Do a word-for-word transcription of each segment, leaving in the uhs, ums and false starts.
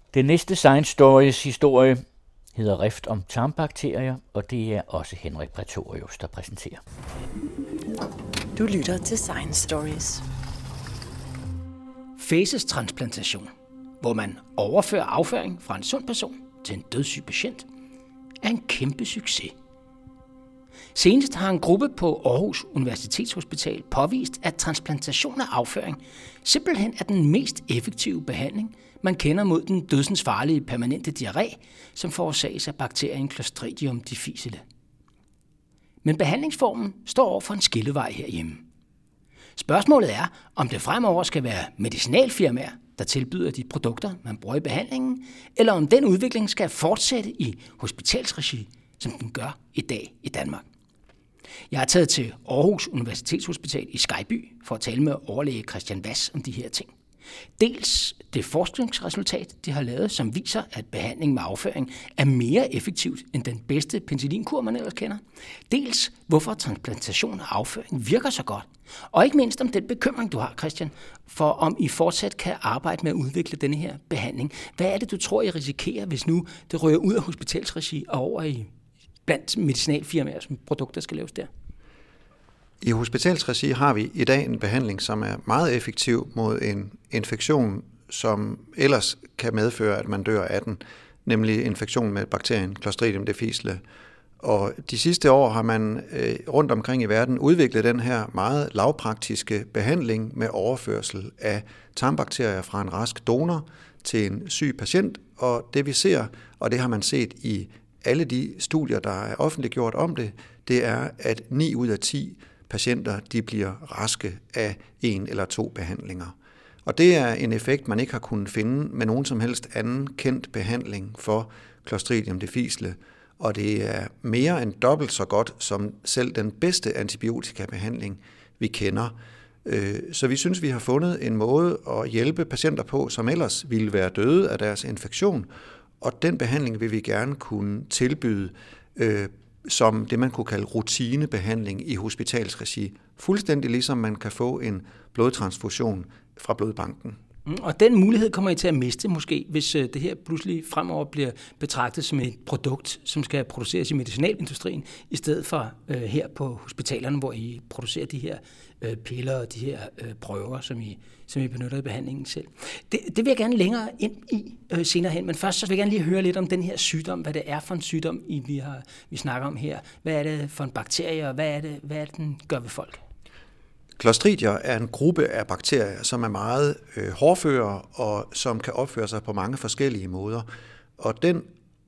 Den næste Science Stories historie hedder Rift om tarmbakterier, og det er også Henrik Prætorius, der præsenterer. Du lytter til Science Stories. Fæcestransplantation, hvor man overfører afføring fra en sund person til en dødssyg patient, er en kæmpe succes. Senest har en gruppe på Aarhus Universitetshospital påvist, at transplantation af afføring simpelthen er den mest effektive behandling, man kender mod den dødsensfarlige permanente diarré, som forårsages af bakterien Clostridium difficile. Men behandlingsformen står over for en skillevej herhjemme. Spørgsmålet er, om det fremover skal være medicinalfirmaer, der tilbyder de produkter, man bruger i behandlingen, eller om den udvikling skal fortsætte i hospitalsregi, som den gør i dag i Danmark. Jeg er taget til Aarhus Universitetshospital i Skejby for at tale med overlæge Christian Hvass om de her ting. Dels det forskningsresultat, de har lavet, som viser, at behandling med afføring er mere effektivt end den bedste penicillinkur, man ellers kender. Dels hvorfor transplantation af afføring virker så godt. Og ikke mindst om den bekymring, du har, Christian, for om I fortsat kan arbejde med at udvikle denne her behandling. Hvad er det, du tror, I risikerer, hvis nu det rører ud af hospitalsregi og over i blandt medicinalfirmaer, som produkter skal laves der? I hospitalsregi har vi i dag en behandling, som er meget effektiv mod en infektion, som ellers kan medføre, at man dør af den, nemlig infektion med bakterien Clostridium difficile. Og de sidste år har man øh, rundt omkring i verden udviklet den her meget lavpraktiske behandling med overførsel af tarmbakterier fra en rask donor til en syg patient. Og det vi ser, og det har man set i alle de studier, der er offentliggjort om det, det er, at ni ud af ti patienter de bliver raske af en eller to behandlinger. Og det er en effekt, man ikke har kunnet finde med nogen som helst anden kendt behandling for Clostridium difficile. Og det er mere end dobbelt så godt som selv den bedste antibiotikabehandling, vi kender. Så vi synes, vi har fundet en måde at hjælpe patienter på, som ellers ville være døde af deres infektion. Og den behandling vil vi gerne kunne tilbyde øh, som det, man kunne kalde rutinebehandling i hospitalsregi. Fuldstændig ligesom man kan få en blodtransfusion fra blodbanken. Og den mulighed kommer I til at miste måske, hvis det her pludselig fremover bliver betragtet som et produkt, som skal produceres i medicinalindustrien, i stedet for øh, her på hospitalerne, hvor I producerer de her øh, piller og de her øh, prøver, som I, som I benytter i behandlingen selv. Det, det vil jeg gerne længere ind i øh, senere hen, men først så vil jeg gerne lige høre lidt om den her sygdom, hvad det er for en sygdom, I, vi, har, vi snakker om her. Hvad er det for en bakterie, og hvad er det, hvad er det den gør ved folk? Clostridier er en gruppe af bakterier, som er meget øh, hårdføre og som kan opføre sig på mange forskellige måder. Og den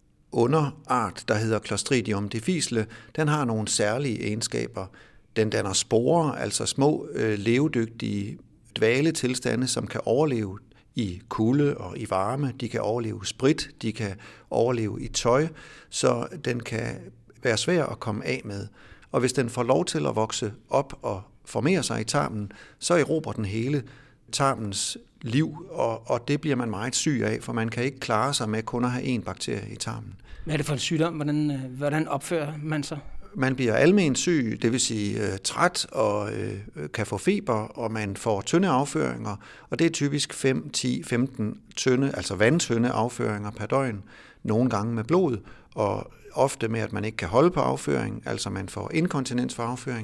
underart, der hedder Clostridium difficile, den har nogle særlige egenskaber. Den danner sporer, altså små øh, levedygtige dvaletilstande, som kan overleve i kulde og i varme. De kan overleve sprit, de kan overleve i tøj, så den kan være svær at komme af med. Og hvis den får lov til at vokse op og formere sig i tarmen, så erobrer den hele tarmens liv, og, og det bliver man meget syg af, for man kan ikke klare sig med kun at have én bakterie i tarmen. Hvad er det for en sygdom? Hvordan, hvordan opfører man sig? Man bliver almen syg, det vil sige øh, træt og øh, kan få feber, og man får tynde afføringer, og det er typisk fem, ti, femten tynde, altså vandtynde afføringer per døgn, nogle gange med blod, og ofte med, at man ikke kan holde på afføring, altså man får inkontinens for afføring,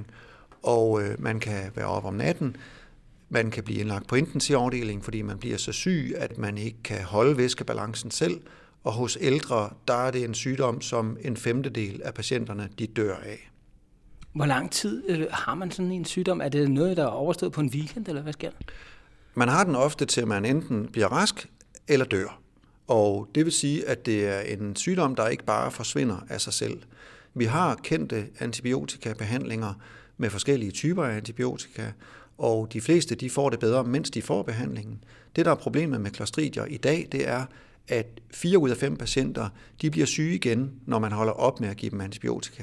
og øh, man kan være op om natten, man kan blive indlagt på intensivafdelingen, fordi man bliver så syg, at man ikke kan holde væskebalancen selv, og hos ældre, der er det en sygdom, som en femtedel af patienterne, de dør af. Hvor lang tid øh, har man sådan en sygdom? Er det noget, der er overstået på en weekend, eller hvad sker der? Man har den ofte til, at man enten bliver rask eller dør. Og det vil sige, at det er en sygdom, der ikke bare forsvinder af sig selv. Vi har kendte antibiotikabehandlinger med forskellige typer af antibiotika, og de fleste de får det bedre, mens de får behandlingen. Det, der er problemet med Clostridier i dag, det er, at fire ud af fem patienter de bliver syge igen, når man holder op med at give dem antibiotika.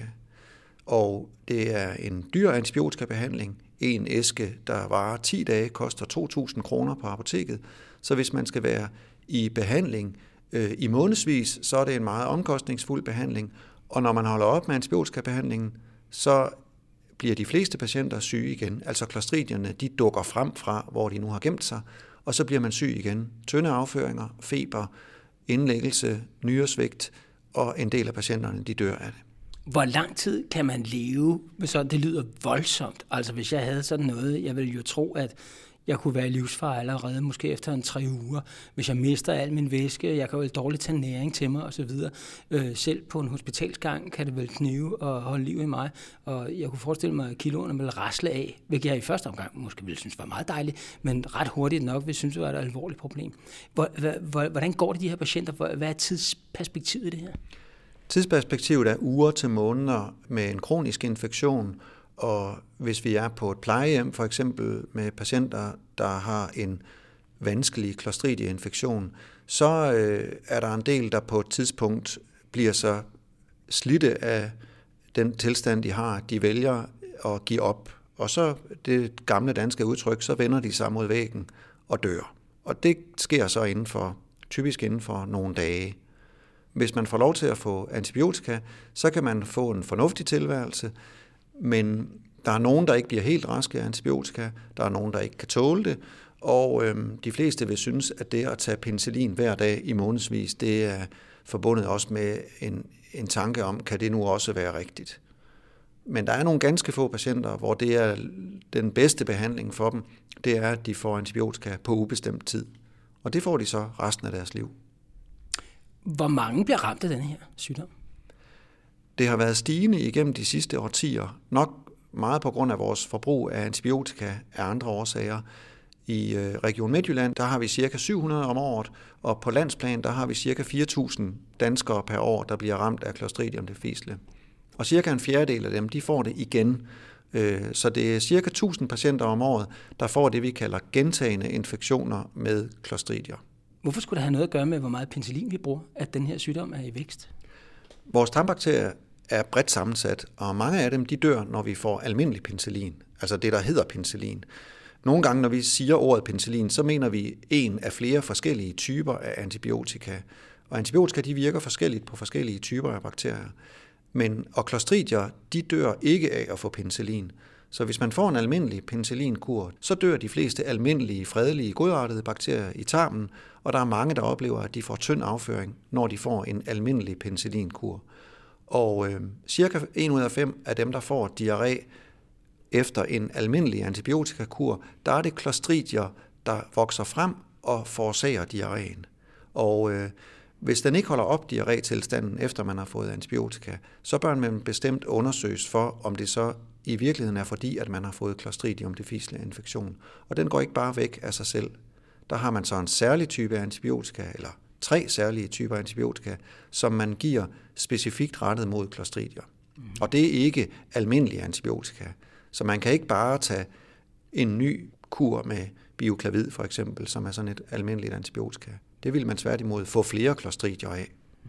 Og det er en dyr antibiotikabehandling. En æske, der varer ti dage, koster to tusind kroner på apoteket. Så hvis man skal være i behandling øh, i månedsvis, så er det en meget omkostningsfuld behandling. Og når man holder op med antibiotikabehandlingen, så bliver de fleste patienter syge igen. Altså Clostridierne, de dukker frem fra, hvor de nu har gemt sig, og så bliver man syg igen. Tynde afføringer, feber, indlæggelse, nyresvigt, og en del af patienterne, de dør af det. Hvor lang tid kan man leve med sådan? Det lyder voldsomt. Altså hvis jeg havde sådan noget, jeg ville jo tro, at jeg kunne være i livsfare allerede, måske efter en tre uger. Hvis jeg mister al min væske, jeg kan jo dårligt tage næring til mig osv. Øh, selv på en hospitalsgang kan det vel knive og holde liv i mig. Og jeg kunne forestille mig, at kiloerne ville rasle af, hvilket jeg i første omgang måske ville synes var meget dejligt, men ret hurtigt nok vil synes, det var et alvorligt problem. Hvordan går det de her patienter? Hvad er tidsperspektivet i det her? Tidsperspektivet er uger til måneder med en kronisk infektion, og hvis vi er på et plejehjem, for eksempel med patienter, der har en vanskelig Clostridia-infektion, så øh, er der en del, der på et tidspunkt bliver så slidte af den tilstand, de har. De vælger at give op, og så det gamle danske udtryk, så vender de sig mod væggen og dør. Og det sker så inden for, typisk inden for nogle dage. Hvis man får lov til at få antibiotika, så kan man få en fornuftig tilværelse, men der er nogen, der ikke bliver helt raske af antibiotika, der er nogen, der ikke kan tåle det, og øhm, de fleste vil synes, at det at tage penicillin hver dag i månedsvis, det er forbundet også med en, en tanke om, kan det nu også være rigtigt. Men der er nogle ganske få patienter, hvor det er den bedste behandling for dem, det er, at de får antibiotika på ubestemt tid. Og det får de så resten af deres liv. Hvor mange bliver ramt af den her sygdom? Det har været stigende igennem de sidste årtier, nok meget på grund af vores forbrug af antibiotika af andre årsager. I Region Midtjylland, der har vi cirka syv hundrede om året, og på landsplan, der har vi cirka fire tusind danskere per år, der bliver ramt af Clostridium difficile. Og cirka en fjerdedel af dem, de får det igen. Så det er cirka tusind patienter om året, der får det, vi kalder gentagende infektioner med Clostridia. Hvorfor skulle det have noget at gøre med, hvor meget penicillin vi bruger, at den her sygdom er i vækst? Vores tarmbakterier er bredt sammensat, og mange af dem de dør, når vi får almindelig penicillin, altså det, der hedder penicillin. Nogle gange, når vi siger ordet penicillin, så mener vi en af flere forskellige typer af antibiotika. Og antibiotika de virker forskelligt på forskellige typer af bakterier. Men og Clostridia, de dør ikke af at få penicillin. Så hvis man får en almindelig penicillinkur, så dør de fleste almindelige, fredelige, godartede bakterier i tarmen, og der er mange, der oplever, at de får tynd afføring, når de får en almindelig penicillinkur. Og øh, cirka en ud af fem af dem, der får diarré efter en almindelig antibiotikakur, der er det Clostridia, der vokser frem og forårsager diarréen. Og øh, hvis den ikke holder op diarré-tilstanden, efter man har fået antibiotika, så bør man bestemt undersøges for, om det så i virkeligheden er fordi, at man har fået Clostridium difficile infektion. Og den går ikke bare væk af sig selv. Der har man så en særlig type antibiotika, eller tre særlige typer antibiotika, som man giver specifikt rettet mod Clostridia. Mm. Og det er ikke almindelige antibiotika. Så man kan ikke bare tage en ny kur med bioclavid for eksempel, som er sådan et almindeligt antibiotika. Det vil man tværtimod få flere Clostridier af.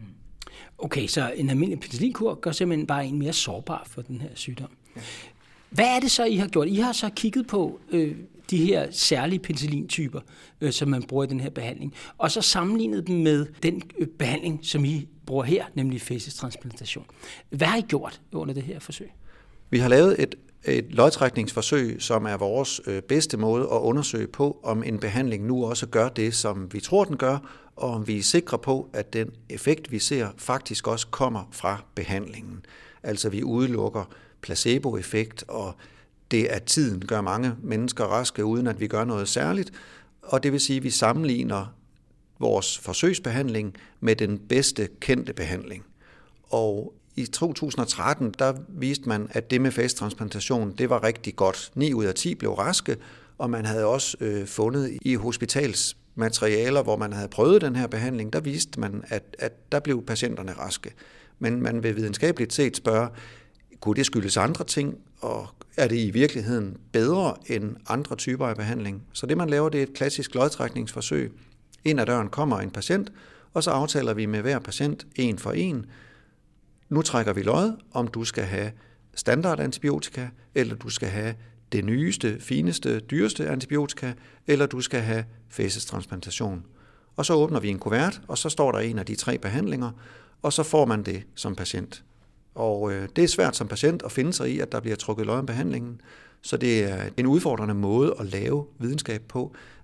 Okay, så en almindelig penicillinkur gør simpelthen bare en mere sårbar for den her sygdom. Ja. Hvad er det så, I har gjort? I har så kigget på øh, de her særlige penicillintyper, øh, som man bruger i den her behandling, og så sammenlignet dem med den øh, behandling, som I bruger her, nemlig facetransplantation. Hvad har I gjort under det her forsøg? Vi har lavet et, et lodtrækningsforsøg, som er vores øh, bedste måde at undersøge på, om en behandling nu også gør det, som vi tror, den gør, og om vi er sikre på, at den effekt, vi ser, faktisk også kommer fra behandlingen. Altså vi udelukker placeboeffekt, og det at tiden gør mange mennesker raske, uden at vi gør noget særligt. Og det vil sige, at vi sammenligner vores forsøgsbehandling med den bedste kendte behandling. Og i to tusind og tretten, der viste man, at det med facetransplantation, det var rigtig godt. ni ud af ti blev raske, og man havde også øh, fundet i hospitalsmaterialer, hvor man havde prøvet den her behandling, der viste man, at, at der blev patienterne raske. Men man vil videnskabeligt set spørge, kunne det skyldes andre ting, og er det i virkeligheden bedre end andre typer af behandling? Så det man laver, det er et klassisk lodtrækningsforsøg. Ind ad døren kommer en patient, og så aftaler vi med hver patient en for en. Nu trækker vi lod, om du skal have standardantibiotika, eller du skal have det nyeste, fineste, dyreste antibiotika, eller du skal have facetransplantation. Og så åbner vi en kuvert, og så står der en af de tre behandlinger, og så får man det som patient. Og øh, det er svært som patient at finde sig i, at der bliver trukket lod om behandlingen, så det er en udfordrende måde at lave videnskab på,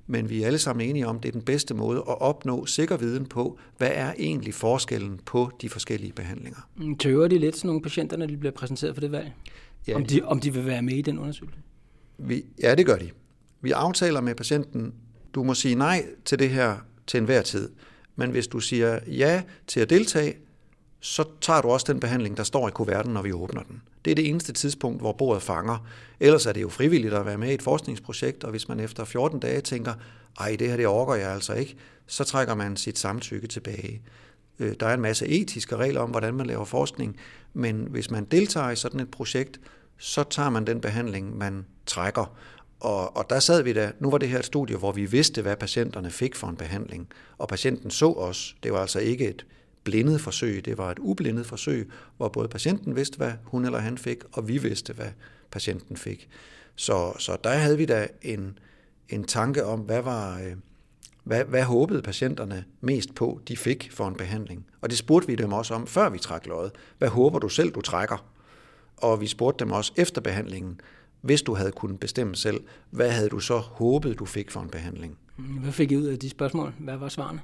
men vi er alle sammen enige om, at det er den bedste måde at opnå sikker viden på, hvad er egentlig forskellen på de forskellige behandlinger. Tøver de lidt sådan nogle patienter, når de bliver præsenteret for det valg? Ja, om, de, om de vil være med i den undersøgelse? Vi, ja, det gør de. Vi aftaler med patienten, du må sige nej til det her til enhver tid, men hvis du siger ja til at deltage, så tager du også den behandling, der står i kuverten, når vi åbner den. Det er det eneste tidspunkt, hvor bordet fanger. Ellers er det jo frivilligt at være med i et forskningsprojekt, og hvis man efter fjorten dage tænker, ej, det her det orker jeg altså ikke, så trækker man sit samtykke tilbage. Der er en masse etiske regler om, hvordan man laver forskning, men hvis man deltager i sådan et projekt, så tager man den behandling, man trækker. Og, og der sad vi da, nu var det her et studie, hvor vi vidste, hvad patienterne fik for en behandling, og patienten så os. Det var altså ikke et blindet forsøg, det var et ublindet forsøg, hvor både patienten vidste, hvad hun eller han fik, og vi vidste, hvad patienten fik. Så, så der havde vi da en, en tanke om, hvad var... Hvad, hvad håbede patienterne mest på, de fik for en behandling? Og det spurgte vi dem også om, før vi trak loddet. Hvad håber du selv, du trækker? Og vi spurgte dem også efter behandlingen, hvis du havde kunnet bestemme selv, hvad havde du så håbet, du fik for en behandling? Hvad fik I ud af de spørgsmål? Hvad var svarene?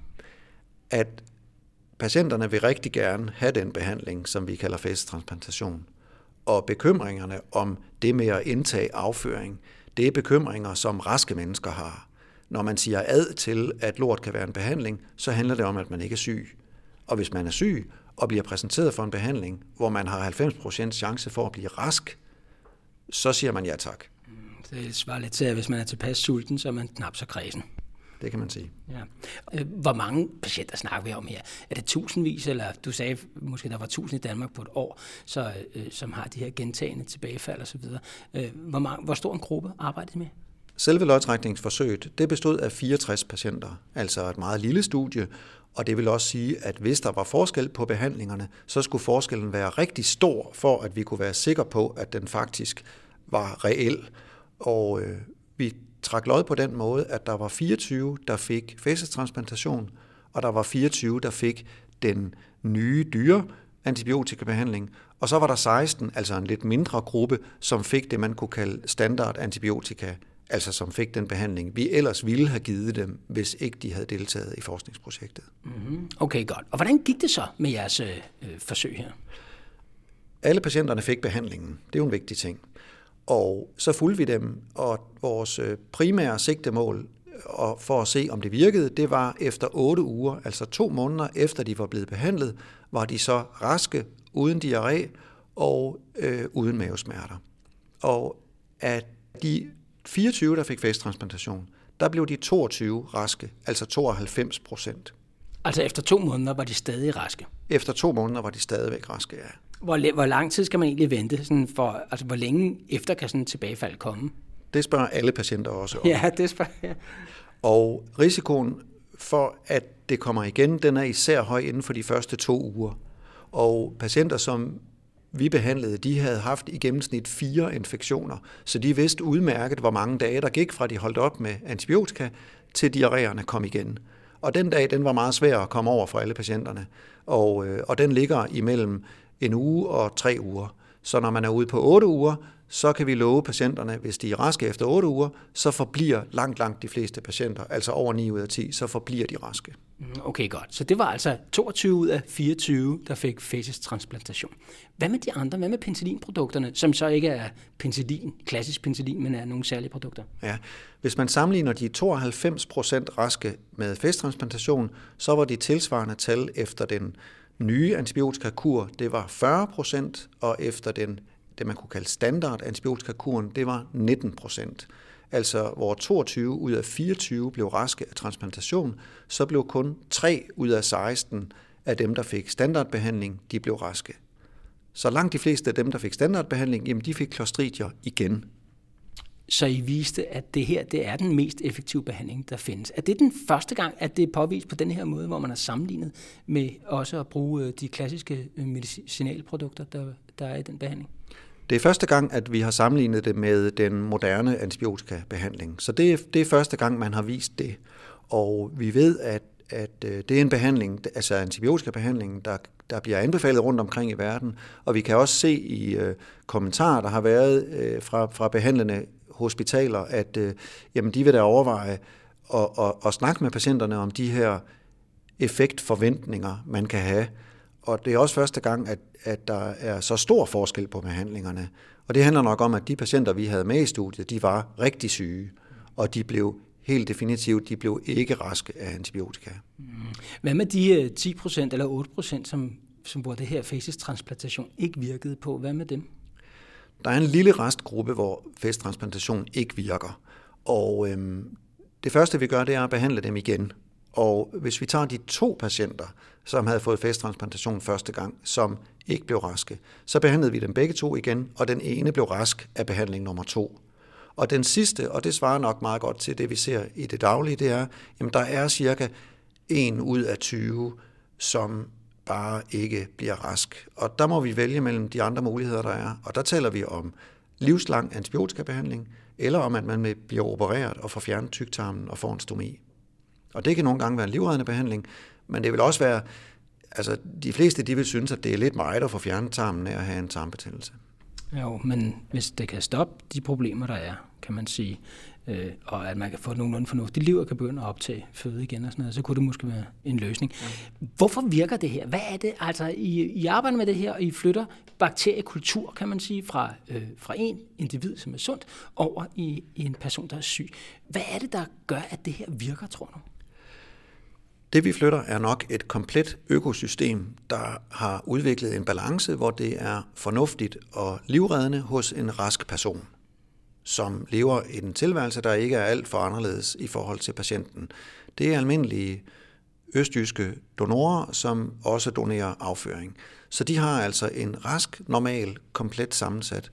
At patienterne vil rigtig gerne have den behandling, som vi kalder facetransplantation. Og bekymringerne om det med at indtage afføring, det er bekymringer, som raske mennesker har. Når man siger ad til, at lort kan være en behandling, så handler det om, at man ikke er syg. Og hvis man er syg og bliver præsenteret for en behandling, hvor man har halvfems procent chance for at blive rask, så siger man ja tak. Det svarer lidt til, at hvis man er tilpas sulten, så er man knap så kræsen. Det kan man sige. Ja. Hvor mange patienter snakker vi om her? Er det tusindvis, eller du sagde måske, der var tusind i Danmark på et år, så, øh, som har de her gentagende tilbagefald osv. Øh, hvor, mange, hvor stor en gruppe arbejder de med? Selve lodtrækningsforsøget, det bestod af fireogtres patienter, altså et meget lille studie, og det vil også sige, at hvis der var forskel på behandlingerne, så skulle forskellen være rigtig stor, for at vi kunne være sikre på, at den faktisk var reel. Og øh, vi trak lod på den måde, at der var fireogtyve, der fik facetransplantation, og der var fireogtyve, der fik den nye dyre antibiotikabehandling, og så var der seksten, altså en lidt mindre gruppe, som fik det, man kunne kalde standard antibiotika, altså som fik den behandling, vi ellers ville have givet dem, hvis ikke de havde deltaget i forskningsprojektet. Mm-hmm. Okay, godt. Og hvordan gik det så med jeres øh, forsøg her? Alle patienterne fik behandlingen. Det er jo en vigtig ting. Og så fulgte vi dem, og vores primære sigtemål og for at se, om det virkede, det var efter otte uger, altså to måneder efter de var blevet behandlet, var de så raske, uden diarré og øh, uden mavesmerter. Og af de fireogtyve, der fik facetransplantation, der blev de toogtyve raske, altså tooghalvfems procent. Altså efter to måneder var de stadig raske? Efter to måneder var de stadigvæk raske, ja. Hvor, hvor lang tid skal man egentlig vente? Sådan for, altså hvor længe efter kan sådan et tilbagefald komme? Det spørger alle patienter også om. Ja, det spørger jeg. Og risikoen for, at det kommer igen, den er især høj inden for de første to uger. Og patienter, som vi behandlede, de havde haft i gennemsnit fire infektioner, så de vidste udmærket, hvor mange dage der gik fra de holdt op med antibiotika, til diarréerne kom igen. Og den dag, den var meget svær at komme over for alle patienterne, og, øh, og den ligger imellem en uge og tre uger. Så når man er ude på otte uger, så kan vi love patienterne, hvis de er raske efter otte uger, så forbliver langt, langt de fleste patienter, altså over ni ud af ti, så forbliver de raske. Okay, godt. Så det var altså toogtyve ud af fireogtyve, der fik facetransplantation. Hvad med de andre? Hvad med penicillinprodukterne, som så ikke er penicillin, klassisk penicillin, men er nogle særlige produkter? Ja, hvis man sammenligner de tooghalvfems procent raske med facetransplantation, så var de tilsvarende tal efter den nye antibiotikakur, det var fyrre procent, og efter den, det man kunne kalde standard antibiotikakuren, det var nitten procent. Altså hvor toogtyve ud af fireogtyve blev raske af transplantation, så blev kun tre ud af seksten af dem, der fik standardbehandling, de blev raske. Så langt de fleste af dem, der fik standardbehandling, jamen de fik Clostridier igen. Så I viste, at det her det er den mest effektive behandling, der findes. Er det den første gang, at det er påvist på den her måde, hvor man har sammenlignet med også at bruge de klassiske medicinalprodukter, der, der er i den behandling? Det er første gang, at vi har sammenlignet det med den moderne antibiotikabehandling. Så det er, det er første gang, man har vist det. Og vi ved, at, at det er en behandling, altså antibiotikabehandling, der, der bliver anbefalet rundt omkring i verden. Og vi kan også se i uh, kommentarer, der har været uh, fra, fra behandlende hospitaler, at uh, jamen, de vil da overveje og, og, og snakke med patienterne om de her effektforventninger, man kan have. Og det er også første gang, at, at der er så stor forskel på behandlingerne. Og det handler nok om, at de patienter, vi havde med i studiet, de var rigtig syge, og de blev helt definitivt, de blev ikke raske af antibiotika. Hvad med de ti procent eller otte procent, som, som hvor det her facestransplantation ikke virkede på? Hvad med dem? Der er en lille restgruppe, hvor facetransplantation ikke virker. Og øhm, det første, vi gør, det er at behandle dem igen. Og hvis vi tager de to patienter, som havde fået facetransplantation første gang, som ikke blev raske, så behandlede vi dem begge to igen, og den ene blev rask af behandling nummer to. Og den sidste, og det svarer nok meget godt til det, vi ser i det daglige, det er, jamen der er cirka en ud af tyve, som bare ikke bliver rask. Og der må vi vælge mellem de andre muligheder, der er. Og der taler vi om livslang antibiotikabehandling, eller om, at man bliver opereret og får fjernet tyktarmen og får en stomi. Og det kan nogle gange være en livreddende behandling, men det vil også være, altså de fleste de vil synes, at det er lidt meget at få fjernet tarmen af at have en tarmbetændelse. Jo, men hvis det kan stoppe de problemer, der er, kan man sige, øh, og at man kan få nogenlunde fornuftigt liv og kan begynde at optage føde igen og sådan noget, så kunne det måske være en løsning. Ja. Hvorfor virker det her? Hvad er det? Altså, I, I arbejder med det her, og I flytter bakteriekultur, kan man sige, fra, øh, fra en individ, som er sundt, over i, i en person, der er syg. Hvad er det, der gør, at det her virker, tror du? Det vi flytter er nok et komplet økosystem, der har udviklet en balance, hvor det er fornuftigt og livreddende hos en rask person, som lever i en tilværelse, der ikke er alt for anderledes i forhold til patienten. Det er almindelige østjyske donorer, som også donerer afføring. Så de har altså en rask, normal, komplet sammensat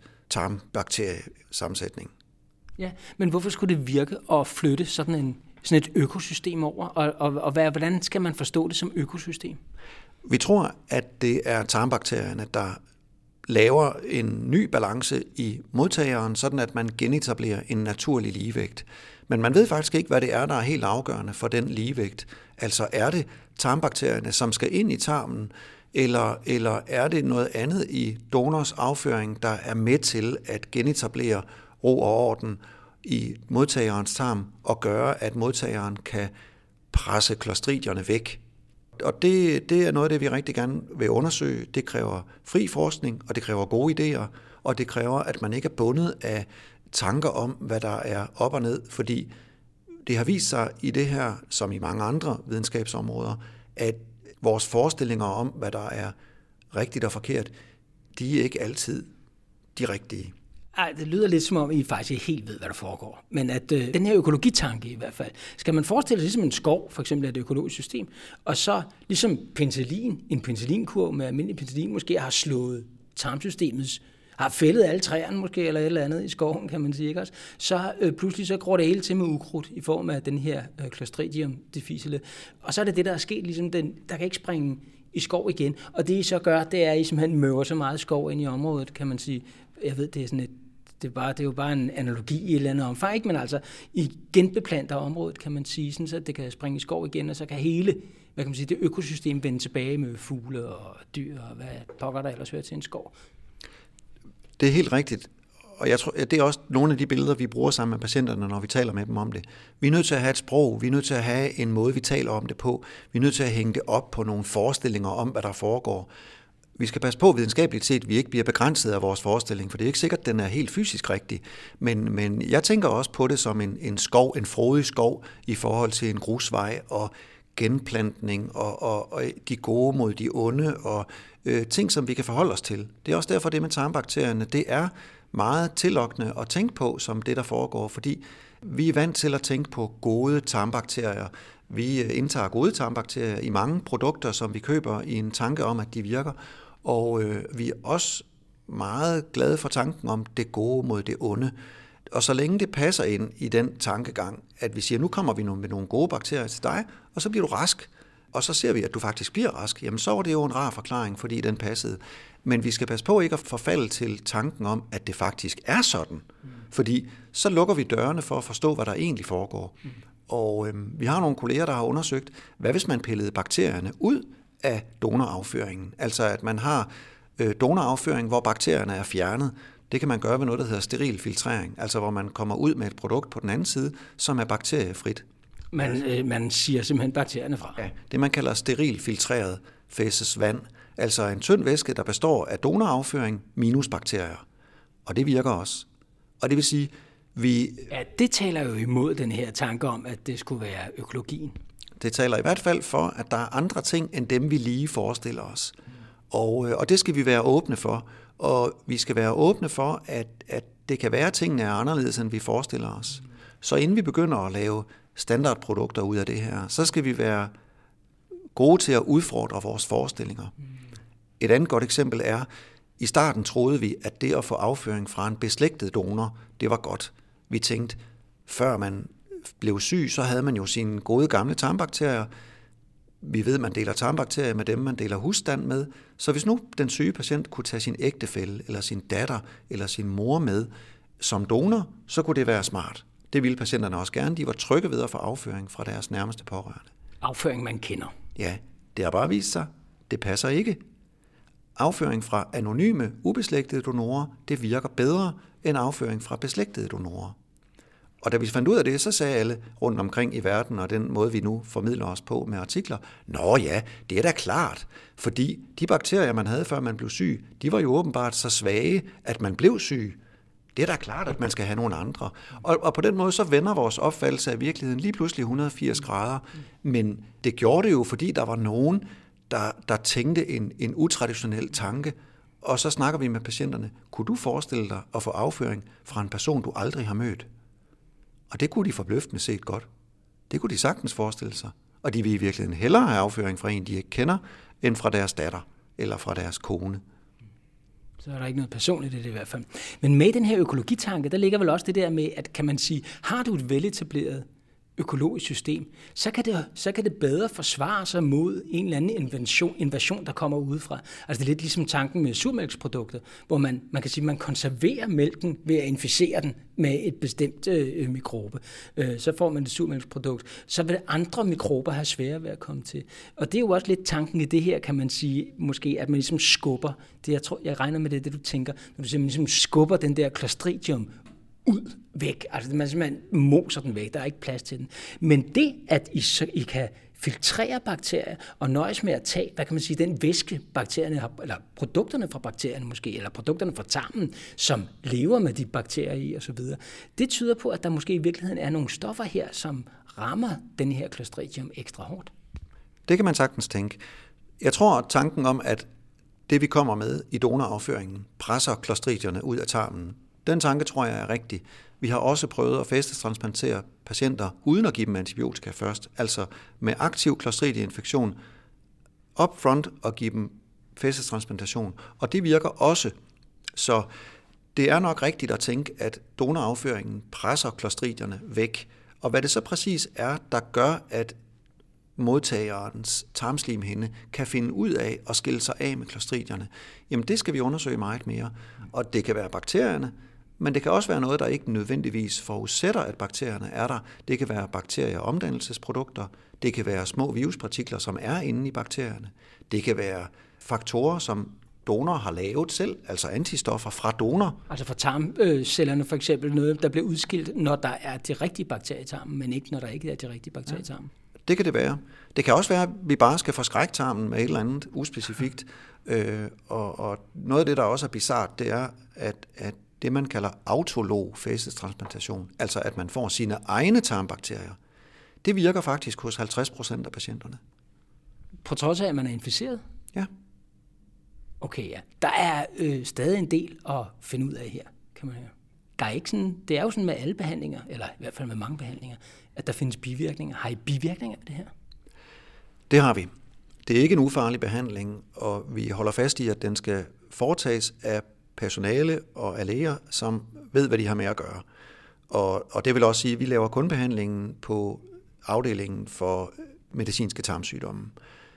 tarmbakteriesammensætning. Ja, men hvorfor skulle det virke at flytte sådan en sådan et økosystem over, og, og, og hvad, hvordan skal man forstå det som økosystem? Vi tror, at det er tarmbakterierne, der laver en ny balance i modtageren, sådan at man genetablerer en naturlig ligevægt. Men man ved faktisk ikke, hvad det er, der er helt afgørende for den ligevægt. Altså er det tarmbakterierne, som skal ind i tarmen, eller, eller er det noget andet i donors afføring, der er med til at genetablere ro og orden i modtagerens tarm og gøre, at modtageren kan presse klostridierne væk. Og det, det er noget af det, vi rigtig gerne vil undersøge. Det kræver fri forskning, og det kræver gode idéer, og det kræver, at man ikke er bundet af tanker om, hvad der er op og ned, fordi det har vist sig i det her, som i mange andre videnskabsområder, at vores forestillinger om, hvad der er rigtigt og forkert, de er ikke altid de rigtige. Ej, det lyder lidt som om, I faktisk ikke helt ved, hvad der foregår. Men at øh, den her økologitanke i hvert fald, skal man forestille sig ligesom en skov, for eksempel af et økologisk system, og så ligesom penicillin, en penicillinkurv med almindelig penicillin, måske har slået tarmsystemets, har fældet alle træerne måske, eller et eller andet i skoven, kan man sige, ikke også? Så øh, pludselig så går det hele til med ukrudt i form af den her øh, Clostridium difficile. Og så er det det, der er sket, ligesom den, der kan ikke springe i skov igen. Og det I så gør, det er, at I simpelthen møver så meget skov ind i området, kan man sige. Jeg ved, det er sådan et Det er, bare, det er jo bare en analogi i et eller andet omfang, ikke? Men altså i genbeplanter området, kan man sige, sådan, så det kan springe i skov igen, og så kan hele, hvad kan man sige, det økosystem vende tilbage med fugle og dyr, og hvad pokker der ellers hører til en skov. Det er helt rigtigt, og jeg tror, det er også nogle af de billeder, vi bruger sammen med patienterne, når vi taler med dem om det. Vi er nødt til at have et sprog, vi er nødt til at have en måde, vi taler om det på, vi er nødt til at hænge det op på nogle forestillinger om, hvad der foregår. Vi skal passe på videnskabeligt set, at vi ikke bliver begrænset af vores forestilling, for det er ikke sikkert, at den er helt fysisk rigtig. Men, men jeg tænker også på det som en, en skov, en frodig skov i forhold til en grusvej og genplantning og, og, og de gode mod de onde og øh, ting, som vi kan forholde os til. Det er også derfor, det med tarmbakterierne, det er meget tillokkende at tænke på som det, der foregår, fordi vi er vant til at tænke på gode tarmbakterier. Vi indtager gode tarmbakterier i mange produkter, som vi køber i en tanke om, at de virker. Og øh, vi er også meget glade for tanken om det gode mod det onde. Og så længe det passer ind i den tankegang, at vi siger, nu kommer vi nu med nogle gode bakterier til dig, og så bliver du rask, og så ser vi, at du faktisk bliver rask, jamen så er det jo en rar forklaring, fordi den passede. Men vi skal passe på ikke at forfalde til tanken om, at det faktisk er sådan. Mm. Fordi så lukker vi dørene for at forstå, hvad der egentlig foregår. Mm. Og øh, vi har nogle kolleger, der har undersøgt, hvad hvis man pillede bakterierne ud af donorafføringen? Altså at man har øh, donorafføring, hvor bakterierne er fjernet. Det kan man gøre ved noget, der hedder steril filtrering, altså hvor man kommer ud med et produkt på den anden side, som er bakteriefrit. Man, øh, man siger simpelthen bakterierne fra. Ja, det man kalder steril filtreret fæses vand, altså en tynd væske, der består af donorafføring minus bakterier. Og det virker også. Og det vil sige, vi... Ja, det taler jo imod den her tanke om, at det skulle være økologien. Det taler i hvert fald for, at der er andre ting, end dem vi lige forestiller os. Og, og det skal vi være åbne for. Og vi skal være åbne for, at, at det kan være, at tingene er anderledes, end vi forestiller os. Så inden vi begynder at lave standardprodukter ud af det her, så skal vi være gode til at udfordre vores forestillinger. Et andet godt eksempel er, i starten troede vi, at det at få afføring fra en beslægtet donor, det var godt. Vi tænkte, før man blev syg, så havde man jo sine gode gamle tarmbakterier. Vi ved, at man deler tarmbakterier med dem, man deler husstand med. Så hvis nu den syge patient kunne tage sin ægtefælle, eller sin datter, eller sin mor med som donor, så kunne det være smart. Det ville patienterne også gerne. De var trygge ved at få afføring fra deres nærmeste pårørende. Afføring, man kender. Ja, det har bare vist sig. Det passer ikke. Afføring fra anonyme, ubeslægtede donorer, det virker bedre end afføring fra beslægtede donorer. Og da vi fandt ud af det, så sagde alle rundt omkring i verden, og den måde, vi nu formidler os på med artikler, nå ja, det er da klart, fordi de bakterier, man havde, før man blev syg, de var jo åbenbart så svage, at man blev syg. Det er da klart, at man skal have nogle andre. Og, og på den måde, så vender vores opfattelse af virkeligheden lige pludselig et hundrede og firs grader. Men det gjorde det jo, fordi der var nogen, der, der tænkte en, en utraditionel tanke. Og så snakker vi med patienterne. Kunne du forestille dig at få afføring fra en person, du aldrig har mødt? Og det kunne de forbløffende set godt. Det kunne de sagtens forestille sig. Og de vil i virkeligheden hellere have afføring fra en, de ikke kender, end fra deres datter eller fra deres kone. Så er der ikke noget personligt i det i hvert fald. Men med den her økologitanke, der ligger vel også det der med, at kan man sige, har du et veletableret økologisk system, så kan, det, så kan det bedre forsvare sig mod en eller anden invasion, invasion der kommer udefra. Altså det er lidt ligesom tanken med surmælksprodukter, hvor man, man kan sige, at man konserverer mælken ved at inficere den med et bestemt øh, mikrobe. Øh, så får man et surmælksprodukt. Så vil andre mikrober have svære ved at komme til. Og det er jo også lidt tanken i det her, kan man sige, måske, at man ligesom skubber, det jeg, tror, jeg regner med det, det du tænker, når du simpelthen ligesom skubber den der Clostridium ud, væk. Altså man simpelthen moser den væk. Der er ikke plads til den. Men det, at I, så, I kan filtrere bakterier og nøjes med at tage, hvad kan man sige, den væske bakterierne har, eller produkterne fra bakterierne måske, eller produkterne fra tarmen, som lever med de bakterier i osv. Det tyder på, at der måske i virkeligheden er nogle stoffer her, som rammer den her Clostridium ekstra hårdt. Det kan man sagtens tænke. Jeg tror, at tanken om, at det vi kommer med i donorafføringen, presser Clostridierne ud af tarmen, den tanke tror jeg er rigtig. Vi har også prøvet at fæstestransplantere patienter uden at give dem antibiotika først, altså med aktiv Clostridia-infektion up front og give dem fæstestransplantation. Og det virker også. Så det er nok rigtigt at tænke, at donorafføringen presser Clostridierne væk. Og hvad det så præcis er, der gør, at modtagerens tarmslimhinde kan finde ud af at skille sig af med Clostridierne, jamen det skal vi undersøge meget mere. Og det kan være bakterierne, men det kan også være noget, der ikke nødvendigvis forudsætter, at bakterierne er der. Det kan være bakterie- og omdannelsesprodukter. Det kan være små viruspartikler, som er inde i bakterierne. Det kan være faktorer, som donor har lavet selv, altså antistoffer fra donor. Altså fra tarmcellerne for eksempel, noget, der bliver udskilt, når der er de rigtige bakterier i tarmen, men ikke når der ikke er de rigtige bakterier i tarmen. Det kan det være. Det kan også være, at vi bare skal forskrække tarmen med et eller andet uspecifikt. Øh, og, og noget af det, der også er bizart, det er, at, at det, man kalder autolog fæstestransplantation, altså at man får sine egne tarmbakterier, det virker faktisk hos halvtreds procent af patienterne. På trods af, at man er inficeret? Ja. Okay, ja. Der er øh, stadig en del at finde ud af her, kan man høre. Der er ikke sådan, det er jo sådan med alle behandlinger, eller i hvert fald med mange behandlinger, at der findes bivirkninger. Har I bivirkninger af det her? Det har vi. Det er ikke en ufarlig behandling, og vi holder fast i, at den skal foretages af personale og af læger, som ved, hvad de har med at gøre. Og, og det vil også sige, at vi laver kun behandlingen på afdelingen for medicinske tarmsygdomme.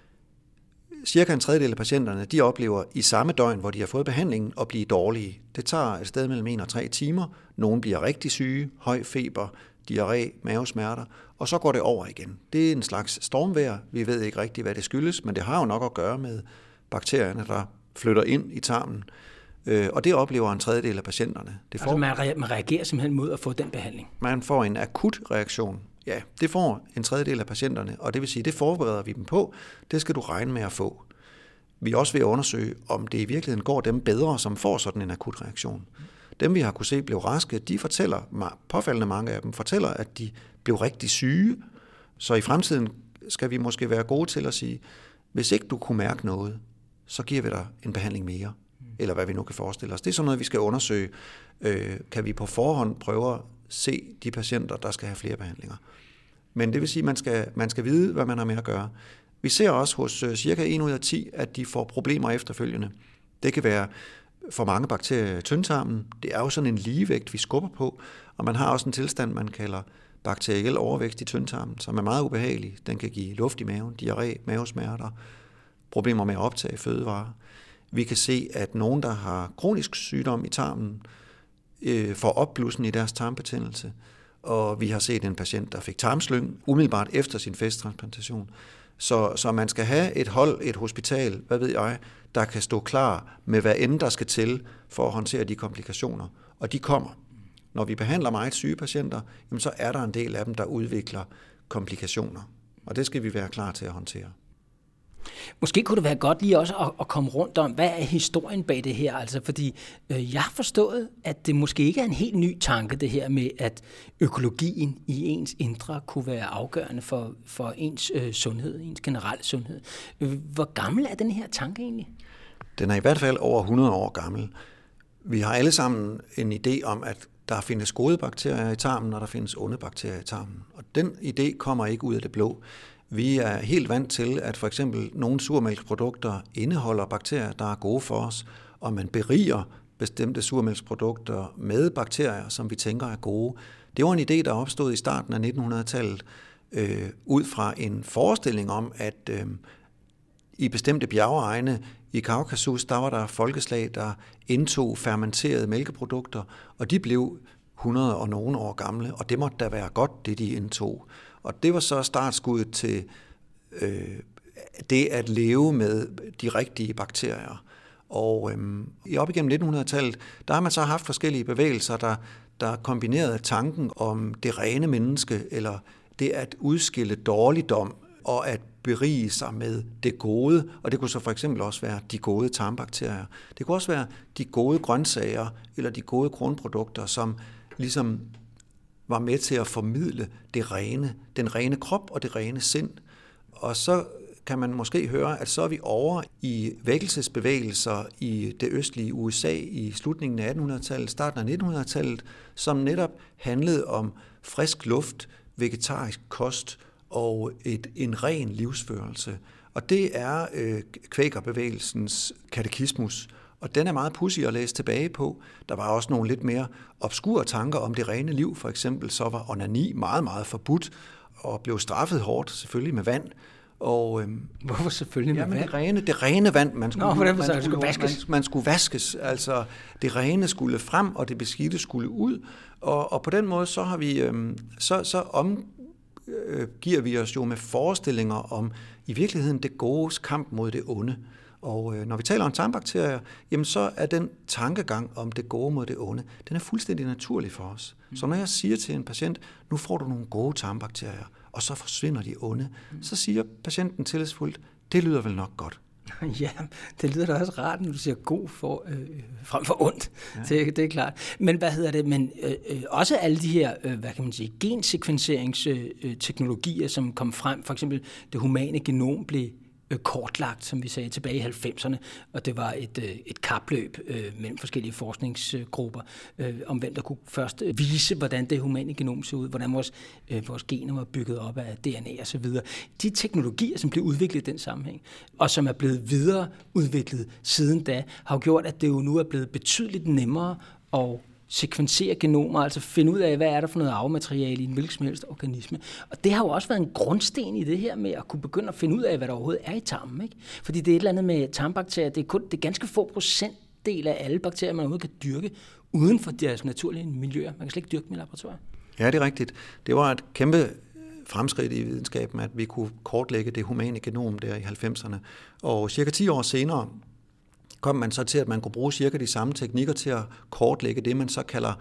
Cirka en tredjedel af patienterne, de oplever i samme døgn, hvor de har fået behandlingen, at blive dårlige. Det tager et sted mellem en og tre timer. Nogle bliver rigtig syge, høj feber, diarré, mavesmerter, og så går det over igen. Det er en slags stormvejr. Vi ved ikke rigtigt, hvad det skyldes, men det har jo nok at gøre med bakterierne, der flytter ind i tarmen. Og det oplever en tredjedel af patienterne. Det får, altså man reagerer simpelthen mod at få den behandling? Man får en akut reaktion. ja, det får en tredjedel af patienterne, og det vil sige, det forbereder vi dem på, det skal du regne med at få. Vi er også ved at undersøge, om det i virkeligheden går dem bedre, som får sådan en akut reaktion. Dem, vi har kunne se blev raske, de fortæller, påfaldende mange af dem, fortæller, at de blev rigtig syge. Så i fremtiden skal vi måske være gode til at sige, hvis ikke du kunne mærke noget, så giver vi dig en behandling mere, eller hvad vi nu kan forestille os. Det er sådan noget, vi skal undersøge. Øh, kan vi på forhånd prøve at se de patienter, der skal have flere behandlinger? Men det vil sige, at man skal, man skal vide, hvad man har med at gøre. Vi ser også hos cirka en ud af ti, at de får problemer efterfølgende. Det kan være for mange bakterier i tyndtarmen. Det er jo sådan en ligevægt, vi skubber på, og man har også en tilstand, man kalder bakteriel overvækst i tyndtarmen, som er meget ubehagelig. Den kan give luft i maven, diarré, mavesmerter, problemer med at optage fødevarer. Vi kan se, at nogen, der har kronisk sygdom i tarmen, øh, får opblussen i deres tarmbetændelse, og vi har set en patient, der fik tarmslyng umiddelbart efter sin fæsttransplantation. Så, så man skal have et hold, et hospital, hvad ved jeg, der kan stå klar med hvad end der skal til for at håndtere de komplikationer. Og de kommer. Når vi behandler meget syge patienter, jamen så er der en del af dem, der udvikler komplikationer. Og det skal vi være klar til at håndtere. Måske kunne det være godt lige også at, at komme rundt om, hvad er historien bag det her? Altså, fordi øh, jeg har forstået, at det måske ikke er en helt ny tanke, det her med, at økologien i ens indre kunne være afgørende for, for ens øh, sundhed, ens generelle sundhed. Hvor gammel er den her tanke egentlig? Den er i hvert fald over hundrede år gammel. Vi har alle sammen en idé om, at der findes gode bakterier i tarmen, og der findes onde bakterier i tarmen. Og den idé kommer ikke ud af det blå. Vi er helt vant til, at for eksempel nogle surmælksprodukter indeholder bakterier, der er gode for os, og man beriger bestemte surmælksprodukter med bakterier, som vi tænker er gode. Det var en idé, der opstod i starten af nitten hundrede-tallet, øh, ud fra en forestilling om, at øh, i bestemte bjergeegne i Kaukasus, der var der folkeslag, der indtog fermenterede mælkeprodukter, og de blev hundrede og nogle år gamle, og det måtte da være godt, det de indtog. Og det var så startskuddet til øh, det at leve med de rigtige bakterier. Og øh, op igennem nitten hundrede-tallet, der har man så haft forskellige bevægelser, der, der kombinerede tanken om det rene menneske, eller det at udskille dårligdom, og at berige sig med det gode, og det kunne så for eksempel også være de gode tarmbakterier. Det kunne også være de gode grøntsager, eller de gode kornprodukter, som ligesom var med til at formidle det rene, den rene krop og det rene sind. Og så kan man måske høre, at så er vi over i vækkelsesbevægelser i det østlige U S A i slutningen af attenhundrede-tallet, starten af nitten hundrede-tallet, som netop handlede om frisk luft, vegetarisk kost og et, en ren livsførelse. Og det er øh, kvækerbevægelsens katekismus, og den er meget pudsig at læse tilbage på. Der var også nogle lidt mere obskure tanker om det rene liv. For eksempel så var onani meget, meget forbudt og blev straffet hårdt, selvfølgelig med vand. Og, øhm, Hvorfor selvfølgelig med ja, vand? Det rene, det rene vand, man skulle, Nå, man, man, skulle, skulle vaskes. Man, man skulle vaskes. Altså det rene skulle frem, og det beskidte skulle ud. Og, og på den måde så har vi øhm, så, så om øh, giver vi os jo med forestillinger om i virkeligheden det godes kamp mod det onde. Og øh, når vi taler om tarmbakterier, jamen så er den tankegang om det gode mod det onde, den er fuldstændig naturlig for os. Mm. Så når jeg siger til en patient, nu får du nogle gode tarmbakterier, og så forsvinder de onde, mm. så siger patienten tillidsfuldt, det lyder vel nok godt. Ja, det lyder da også rart, når du siger god for, øh, frem for ondt. Ja. Det, det er klart. Men hvad hedder det? Men øh, øh, også alle de her, øh, hvad kan man sige, gensekvenseringsteknologier, øh, som kom frem, for eksempel det humane genom blev kortlagt, som vi sagde, tilbage i halvfemserne, og det var et, et kapløb øh, mellem forskellige forskningsgrupper, øh, om hvem der kunne først vise, hvordan det humane genom så ud, hvordan vores, øh, vores gener var bygget op af D N A og så videre. De teknologier, som blev udviklet i den sammenhæng, og som er blevet videre udviklet siden da, har jo gjort, at det jo nu er blevet betydeligt nemmere at sekvensere genomer, altså finde ud af, hvad er der for noget arvemateriale i en hvilken som helst organisme. Og det har jo også været en grundsten i det her med at kunne begynde at finde ud af, hvad der overhovedet er i tarmen. Ikke? Fordi det er et eller andet med tarmbakterier, det er kun det er ganske få procentdel af alle bakterier, man overhovedet kan dyrke uden for deres naturlige miljøer. Man kan slet ikke dyrke dem i laboratorier. Ja, det er rigtigt. Det var et kæmpe fremskridt i videnskaben, at vi kunne kortlægge det humane genom der i halvfemserne. Og cirka ti år senere kom man så til, at man kunne bruge cirka de samme teknikker til at kortlægge det, man så kalder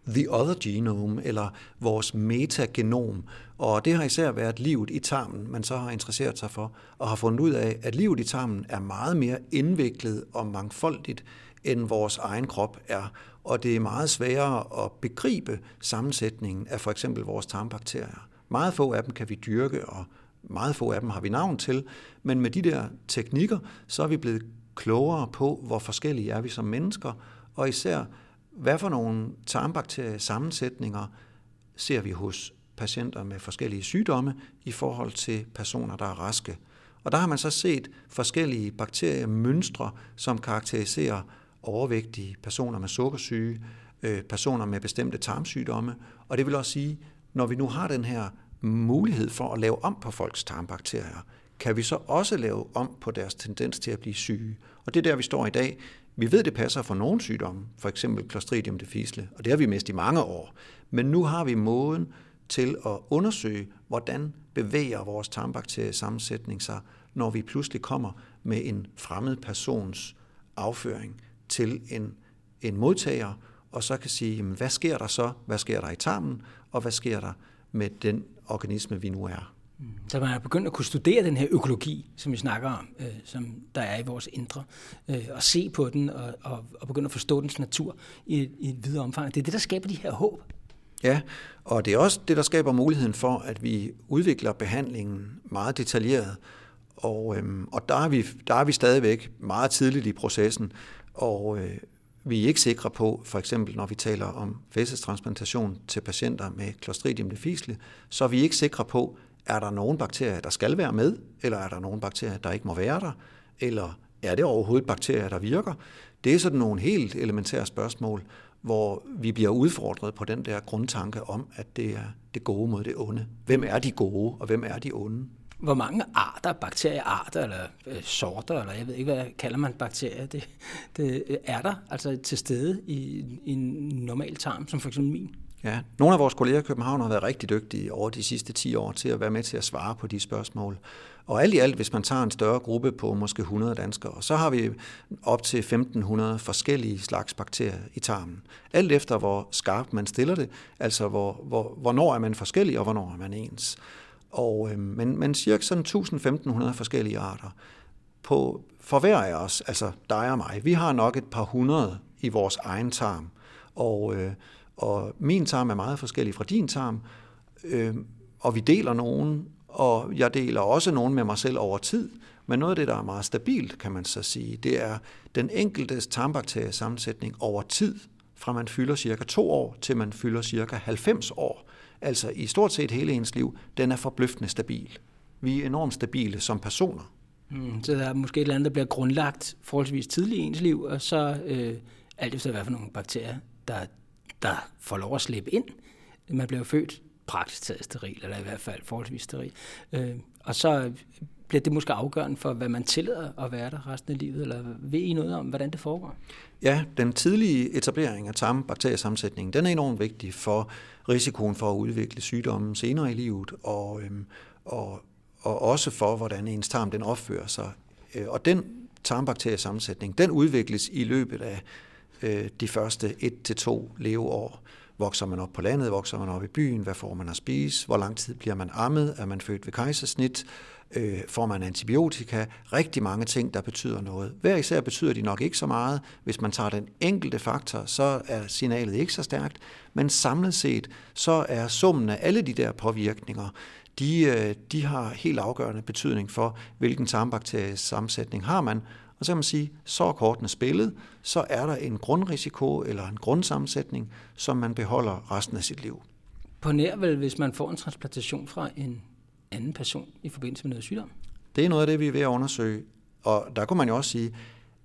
the other genome, eller vores metagenom. Og det har især været livet i tarmen, man så har interesseret sig for, og har fundet ud af, at livet i tarmen er meget mere indviklet og mangfoldigt, end vores egen krop er. Og det er meget sværere at begribe sammensætningen af for eksempel vores tarmbakterier. Meget få af dem kan vi dyrke, og meget få af dem har vi navn til, men med de der teknikker, så er vi blevet klogere på, hvor forskellige er vi som mennesker, og især, hvad for nogle tarmbakteriesammensætninger ser vi hos patienter med forskellige sygdomme i forhold til personer, der er raske. Og der har man så set forskellige bakteriemønstre, som karakteriserer overvægtige personer med sukkersyge, personer med bestemte tarmsygdomme, og det vil også sige, når vi nu har den her mulighed for at lave om på folks tarmbakterier, kan vi så også lave om på deres tendens til at blive syge. Og det er der, vi står i dag. Vi ved, det passer for nogle sygdomme, for eksempel Clostridium difficile, og det har vi mest i mange år. Men nu har vi måden til at undersøge, hvordan bevæger vores tarmbakteriesammensætning sig, når vi pludselig kommer med en fremmed persons afføring til en, en modtager, og så kan sige, jamen, hvad sker der så? Hvad sker der i tarmen? Og hvad sker der med den organisme, vi nu er? Så man er begyndt at kunne studere den her økologi, som vi snakker om, øh, som der er i vores indre, øh, og se på den og, og, og begynde at forstå dens natur i, i et videre omfang. Det er det, der skaber de her håb. Ja, og det er også det, der skaber muligheden for, at vi udvikler behandlingen meget detaljeret. Og, øhm, og der, er vi, der er vi stadigvæk meget tidligt i processen, og øh, vi er ikke sikre på, for eksempel når vi taler om fæcestransplantation til patienter med Clostridium difficile, så er vi ikke sikre på, er der nogle bakterier, der skal være med, eller er der nogle bakterier, der ikke må være der, eller er det overhovedet bakterier, der virker? Det er sådan nogle helt elementære spørgsmål, hvor vi bliver udfordret på den der grundtanke om, at det er det gode mod det onde. Hvem er de gode, og hvem er de onde? Hvor mange arter, bakteriearter, eller øh, sorter, eller jeg ved ikke, hvad kalder man bakterier, det, det er der altså til stede i, i en normal tarm, som for eksempel min? Ja, nogle af vores kolleger i København har været rigtig dygtige over de sidste ti år til at være med til at svare på de spørgsmål. Og alt i alt, hvis man tager en større gruppe på måske hundrede danskere, så har vi op til femten hundrede forskellige slags bakterier i tarmen. Alt efter, hvor skarpt man stiller det, altså hvor, hvor, hvornår er man forskellig, og hvornår er man ens. Og, øh, men, men cirka sådan tusind til femten hundrede forskellige arter. På, for hver af os, altså dig og mig, vi har nok et par hundrede i vores egen tarm. Og, øh, og min tarm er meget forskellig fra din tarm, øh, og vi deler nogen, og jeg deler også nogen med mig selv over tid. Men noget af det, der er meget stabilt, kan man så sige, det er den enkeltes tarmbakteriesammensætning over tid, fra man fylder cirka to år, til man fylder cirka halvfems år. Altså i stort set hele ens liv, den er forbløffende stabil. Vi er enormt stabile som personer. Mm, så der er måske et eller andet, der bliver grundlagt forholdsvis tidligt i ens liv, og så øh, alt efter hvad for nogle bakterier, der, der får lov at slippe ind. Man bliver født praktisk taget steril, eller i hvert fald forholdsvis steril. Øh, og så bliver det måske afgørende for, hvad man tillader at være der resten af livet, eller ved I noget om, hvordan det foregår? Ja, den tidlige etablering af tarmbakteriesammensætningen, den er enormt vigtig for risikoen for at udvikle sygdomme senere i livet, og, øhm, og, og også for, hvordan ens tarm den opfører sig. Og den tarmbakteriesammensætning, den udvikles i løbet af øh, de første et til to leveår. Vokser man op på landet, vokser man op i byen, hvad får man at spise, hvor lang tid bliver man ammet, er man født ved kejsersnit, øh, får man antibiotika, rigtig mange ting, der betyder noget. Hver især betyder de nok ikke så meget. Hvis man tager den enkelte faktor, så er signalet ikke så stærkt, men samlet set, så er summen af alle de der påvirkninger, de, de har helt afgørende betydning for, hvilken tarmbakteriesammensætning har man. Og så kan man sige, så er kortene spillet, så er der en grundrisiko eller en grundsammensætning, som man beholder resten af sit liv. På nær vel, hvis man får en transplantation fra en anden person i forbindelse med noget sygdom? Det er noget af det, vi er ved at undersøge. Og der kunne man jo også sige,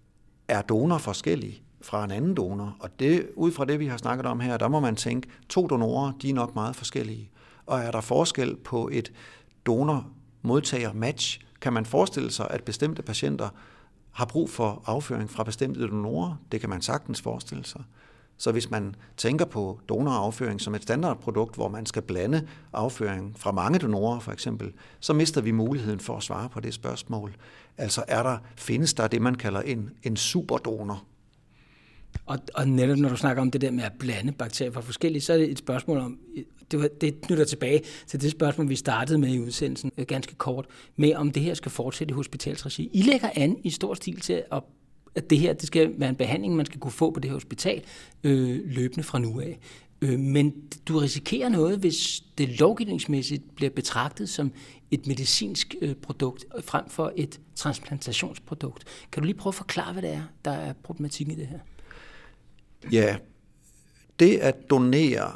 er donor forskellig fra en anden donor? Og det, ud fra det, vi har snakket om her, der må man tænke, to donorer, de er nok meget forskellige. Og er der forskel på et donor-modtager-match, kan man forestille sig, at bestemte patienter har brug for afføring fra bestemte donorer. Det kan man sagtens forestille sig. Så hvis man tænker på donorafføring som et standardprodukt, hvor man skal blande afføring fra mange donorer for eksempel, så mister vi muligheden for at svare på det spørgsmål. Altså er der, findes der det, man kalder en, en superdonor? Og, og netop når du snakker om det der med at blande bakterier fra forskellige, så er det et spørgsmål om, det, var, det knytter tilbage til det spørgsmål, vi startede med i udsendelsen, ganske kort, med om det her skal fortsætte i hospitalsregi. I lægger an i stor stil til, at, at det her det skal være en behandling, man skal kunne få på det her hospital øh, løbende fra nu af. Øh, men du risikerer noget, hvis det lovgivningsmæssigt bliver betragtet som et medicinsk øh, produkt, frem for et transplantationsprodukt. Kan du lige prøve at forklare, hvad det er, der er problematikken i det her? Ja, det at donere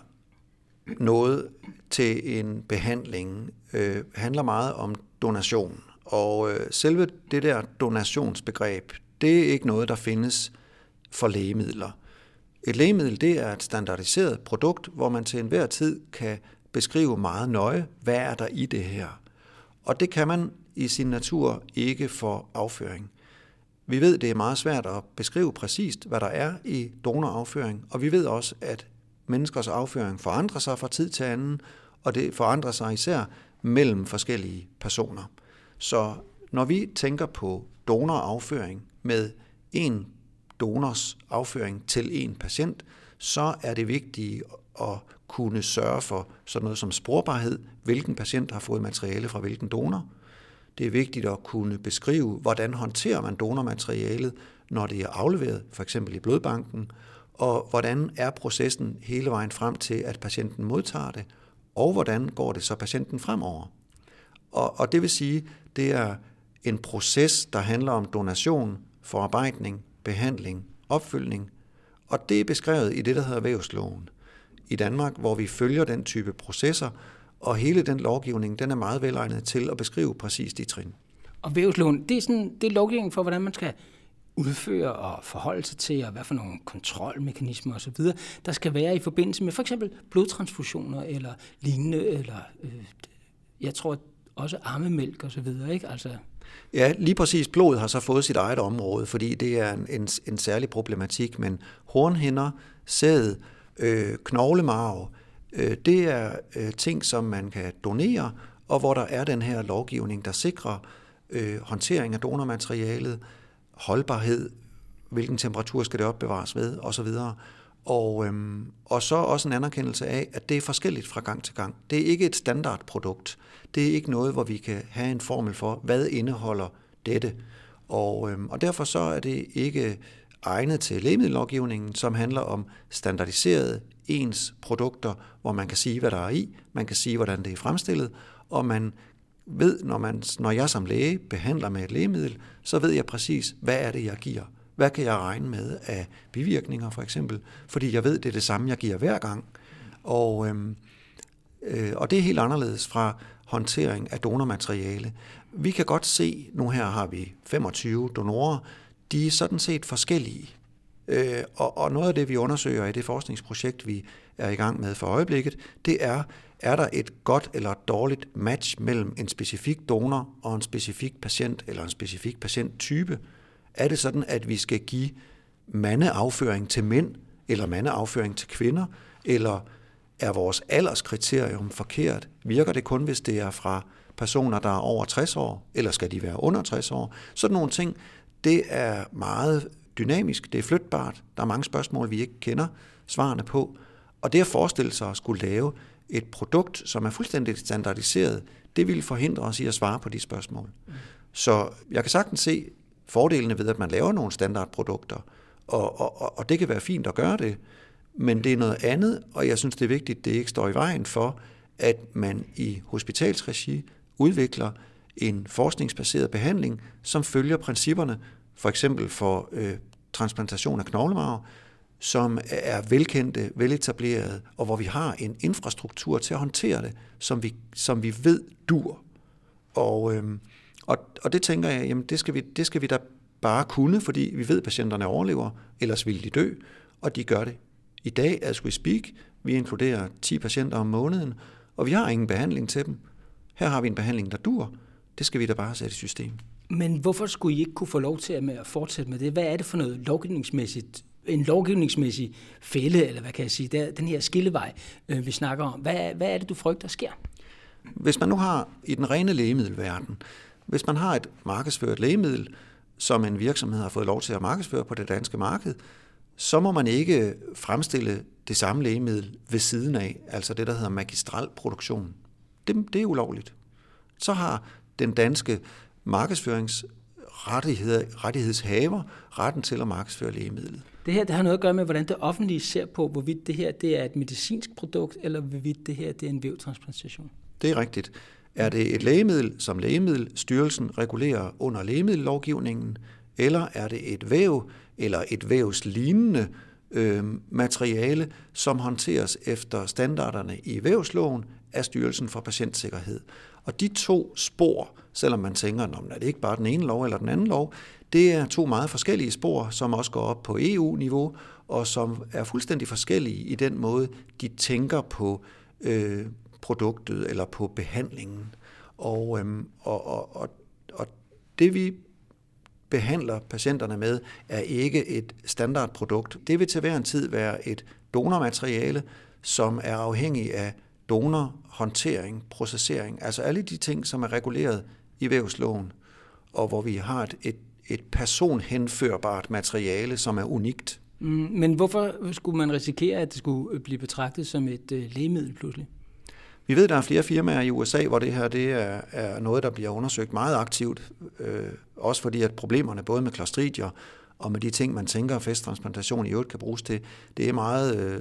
noget til en behandling øh, handler meget om donation. Og øh, selve det der donationsbegreb, det er ikke noget, der findes for lægemidler. Et lægemiddel, det er et standardiseret produkt, hvor man til enhver tid kan beskrive meget nøje, hvad er der i det her. Og det kan man i sin natur ikke for afføring. Vi ved, det er meget svært at beskrive præcist, hvad der er i donorafføring, og vi ved også, at menneskers afføring forandrer sig fra tid til anden, og det forandrer sig især mellem forskellige personer. Så når vi tænker på donorafføring med en donors afføring til en patient, så er det vigtigt at kunne sørge for sådan noget som sporbarhed, hvilken patient har fået materiale fra hvilken donor. Det er vigtigt at kunne beskrive, hvordan håndterer man donormaterialet, når det er afleveret, for eksempel i blodbanken, og hvordan er processen hele vejen frem til, at patienten modtager det, og hvordan går det så patienten fremover. Og, og det vil sige, det er en proces, der handler om donation, forarbejdning, behandling, opfølgning, og det er beskrevet i det, der hedder vævsloven i Danmark, hvor vi følger den type processer, og hele den lovgivning, den er meget velegnet til at beskrive præcis de trin. Og vævsloven, det er, sådan, det er lovgivning for, hvordan man skal udføre og forholde sig til, og hvad for nogle kontrolmekanismer osv., der skal være i forbindelse med for eksempel blodtransfusioner eller lignende, eller øh, jeg tror også ammemælk osv., ikke? Altså... Ja, lige præcis. Blod har så fået sit eget område, fordi det er en, en, en særlig problematik, men hornhinder, sæd, øh, knoglemarv, øh, det er øh, ting, som man kan donere, og hvor der er den her lovgivning, der sikrer øh, håndtering af donormaterialet, holdbarhed, hvilken temperatur skal det opbevares ved, osv. Og, øhm, og så også en anerkendelse af, at det er forskelligt fra gang til gang. Det er ikke et standardprodukt. Det er ikke noget, hvor vi kan have en formel for, hvad indeholder dette. Og, øhm, og derfor så er det ikke egnet til lægemiddellovgivningen, som handler om standardiserede, ens produkter, hvor man kan sige, hvad der er i, man kan sige, hvordan det er fremstillet, og man ved, når, man, når jeg som læge behandler med et lægemiddel, så ved jeg præcis, hvad er det, jeg giver. Hvad kan jeg regne med af bivirkninger, for eksempel? Fordi jeg ved, det er det samme, jeg giver hver gang. Og, øhm, øh, og det er helt anderledes fra håndtering af donormateriale. Vi kan godt se, nu her har vi femogtyve donorer, de er sådan set forskellige. Øh, og, og noget af det, vi undersøger i det forskningsprojekt, vi er i gang med for øjeblikket, det er, er der et godt eller et dårligt match mellem en specifik donor og en specifik patient eller en specifik patienttype? Er det sådan, at vi skal give mandeafføring til mænd, eller mandeafføring til kvinder, eller er vores alderskriterium forkert? Virker det kun, hvis det er fra personer, der er over tres år, eller skal de være under tres år? Sådan nogle ting, det er meget dynamisk, det er flytbart, der er mange spørgsmål, vi ikke kender svarene på, og det at forestille sig at skulle lave et produkt, som er fuldstændig standardiseret, det vil forhindre os i at svare på de spørgsmål. Mm. Så jeg kan sagtens se fordelene ved, at man laver nogle standardprodukter, og, og, og det kan være fint at gøre det, men det er noget andet, og jeg synes, det er vigtigt, at det ikke står i vejen for, at man i hospitalsregi udvikler en forskningsbaseret behandling, som følger principperne, for eksempel for øh, transplantation af knoglemarv, som er velkendte, veletablerede, og hvor vi har en infrastruktur til at håndtere det, som vi, som vi ved dur. Og, øhm, og, og det tænker jeg, jamen det skal, vi, det skal vi da bare kunne, fordi vi ved, at patienterne overlever, ellers vil de dø, og de gør det. I dag, as we speak, vi inkluderer ti patienter om måneden, og vi har ingen behandling til dem. Her har vi en behandling, der dur. Det skal vi da bare sætte i system. Men hvorfor skulle I ikke kunne få lov til at fortsætte med det? Hvad er det for noget lovgivningsmæssigt, en lovgivningsmæssig fælde, eller hvad kan jeg sige, der, den her skillevej, øh, vi snakker om? Hvad, hvad er det, du frygter sker? Hvis man nu har i den rene lægemiddelverden, hvis man har et markedsført lægemiddel, som en virksomhed har fået lov til at markedsføre på det danske marked, så må man ikke fremstille det samme lægemiddel ved siden af, altså det, der hedder magistral produktion. Det, det er ulovligt. Så har den danske markedsføringsrettighedshaver retten til at markedsføre lægemidlet. Det her det har noget at gøre med, hvordan det offentlige ser på, hvorvidt det her det er et medicinsk produkt, eller hvorvidt det her det er en vævtransplantation. Det er rigtigt. Er det et lægemiddel, som Lægemiddelstyrelsen regulerer under lægemiddellovgivningen, eller er det et væv eller et vævslignende øh, materiale, som håndteres efter standarderne i vævsloven af Styrelsen for Patientsikkerhed. Og de to spor, selvom man tænker, at det ikke bare den ene lov eller den anden lov, det er to meget forskellige spor, som også går op på E U-niveau, og som er fuldstændig forskellige i den måde, de tænker på øh, produktet eller på behandlingen. Og, øhm, og, og, og, og det vi behandler patienterne med, er ikke et standardprodukt. Det vil til hver en tid være et donormateriale, som er afhængig af donorhåndtering, processering, altså alle de ting, som er reguleret i vævsloven, og hvor vi har et, et, et personhenførbart materiale, som er unikt. Mm, men hvorfor skulle man risikere, at det skulle blive betragtet som et øh, lægemiddel pludselig? Vi ved, at der er flere firmaer i U S A, hvor det her det er, er noget, der bliver undersøgt meget aktivt. Øh, også fordi, at problemerne både med klostridier og med de ting, man tænker, at festtransplantation i øvrigt kan bruges til, det er meget øh,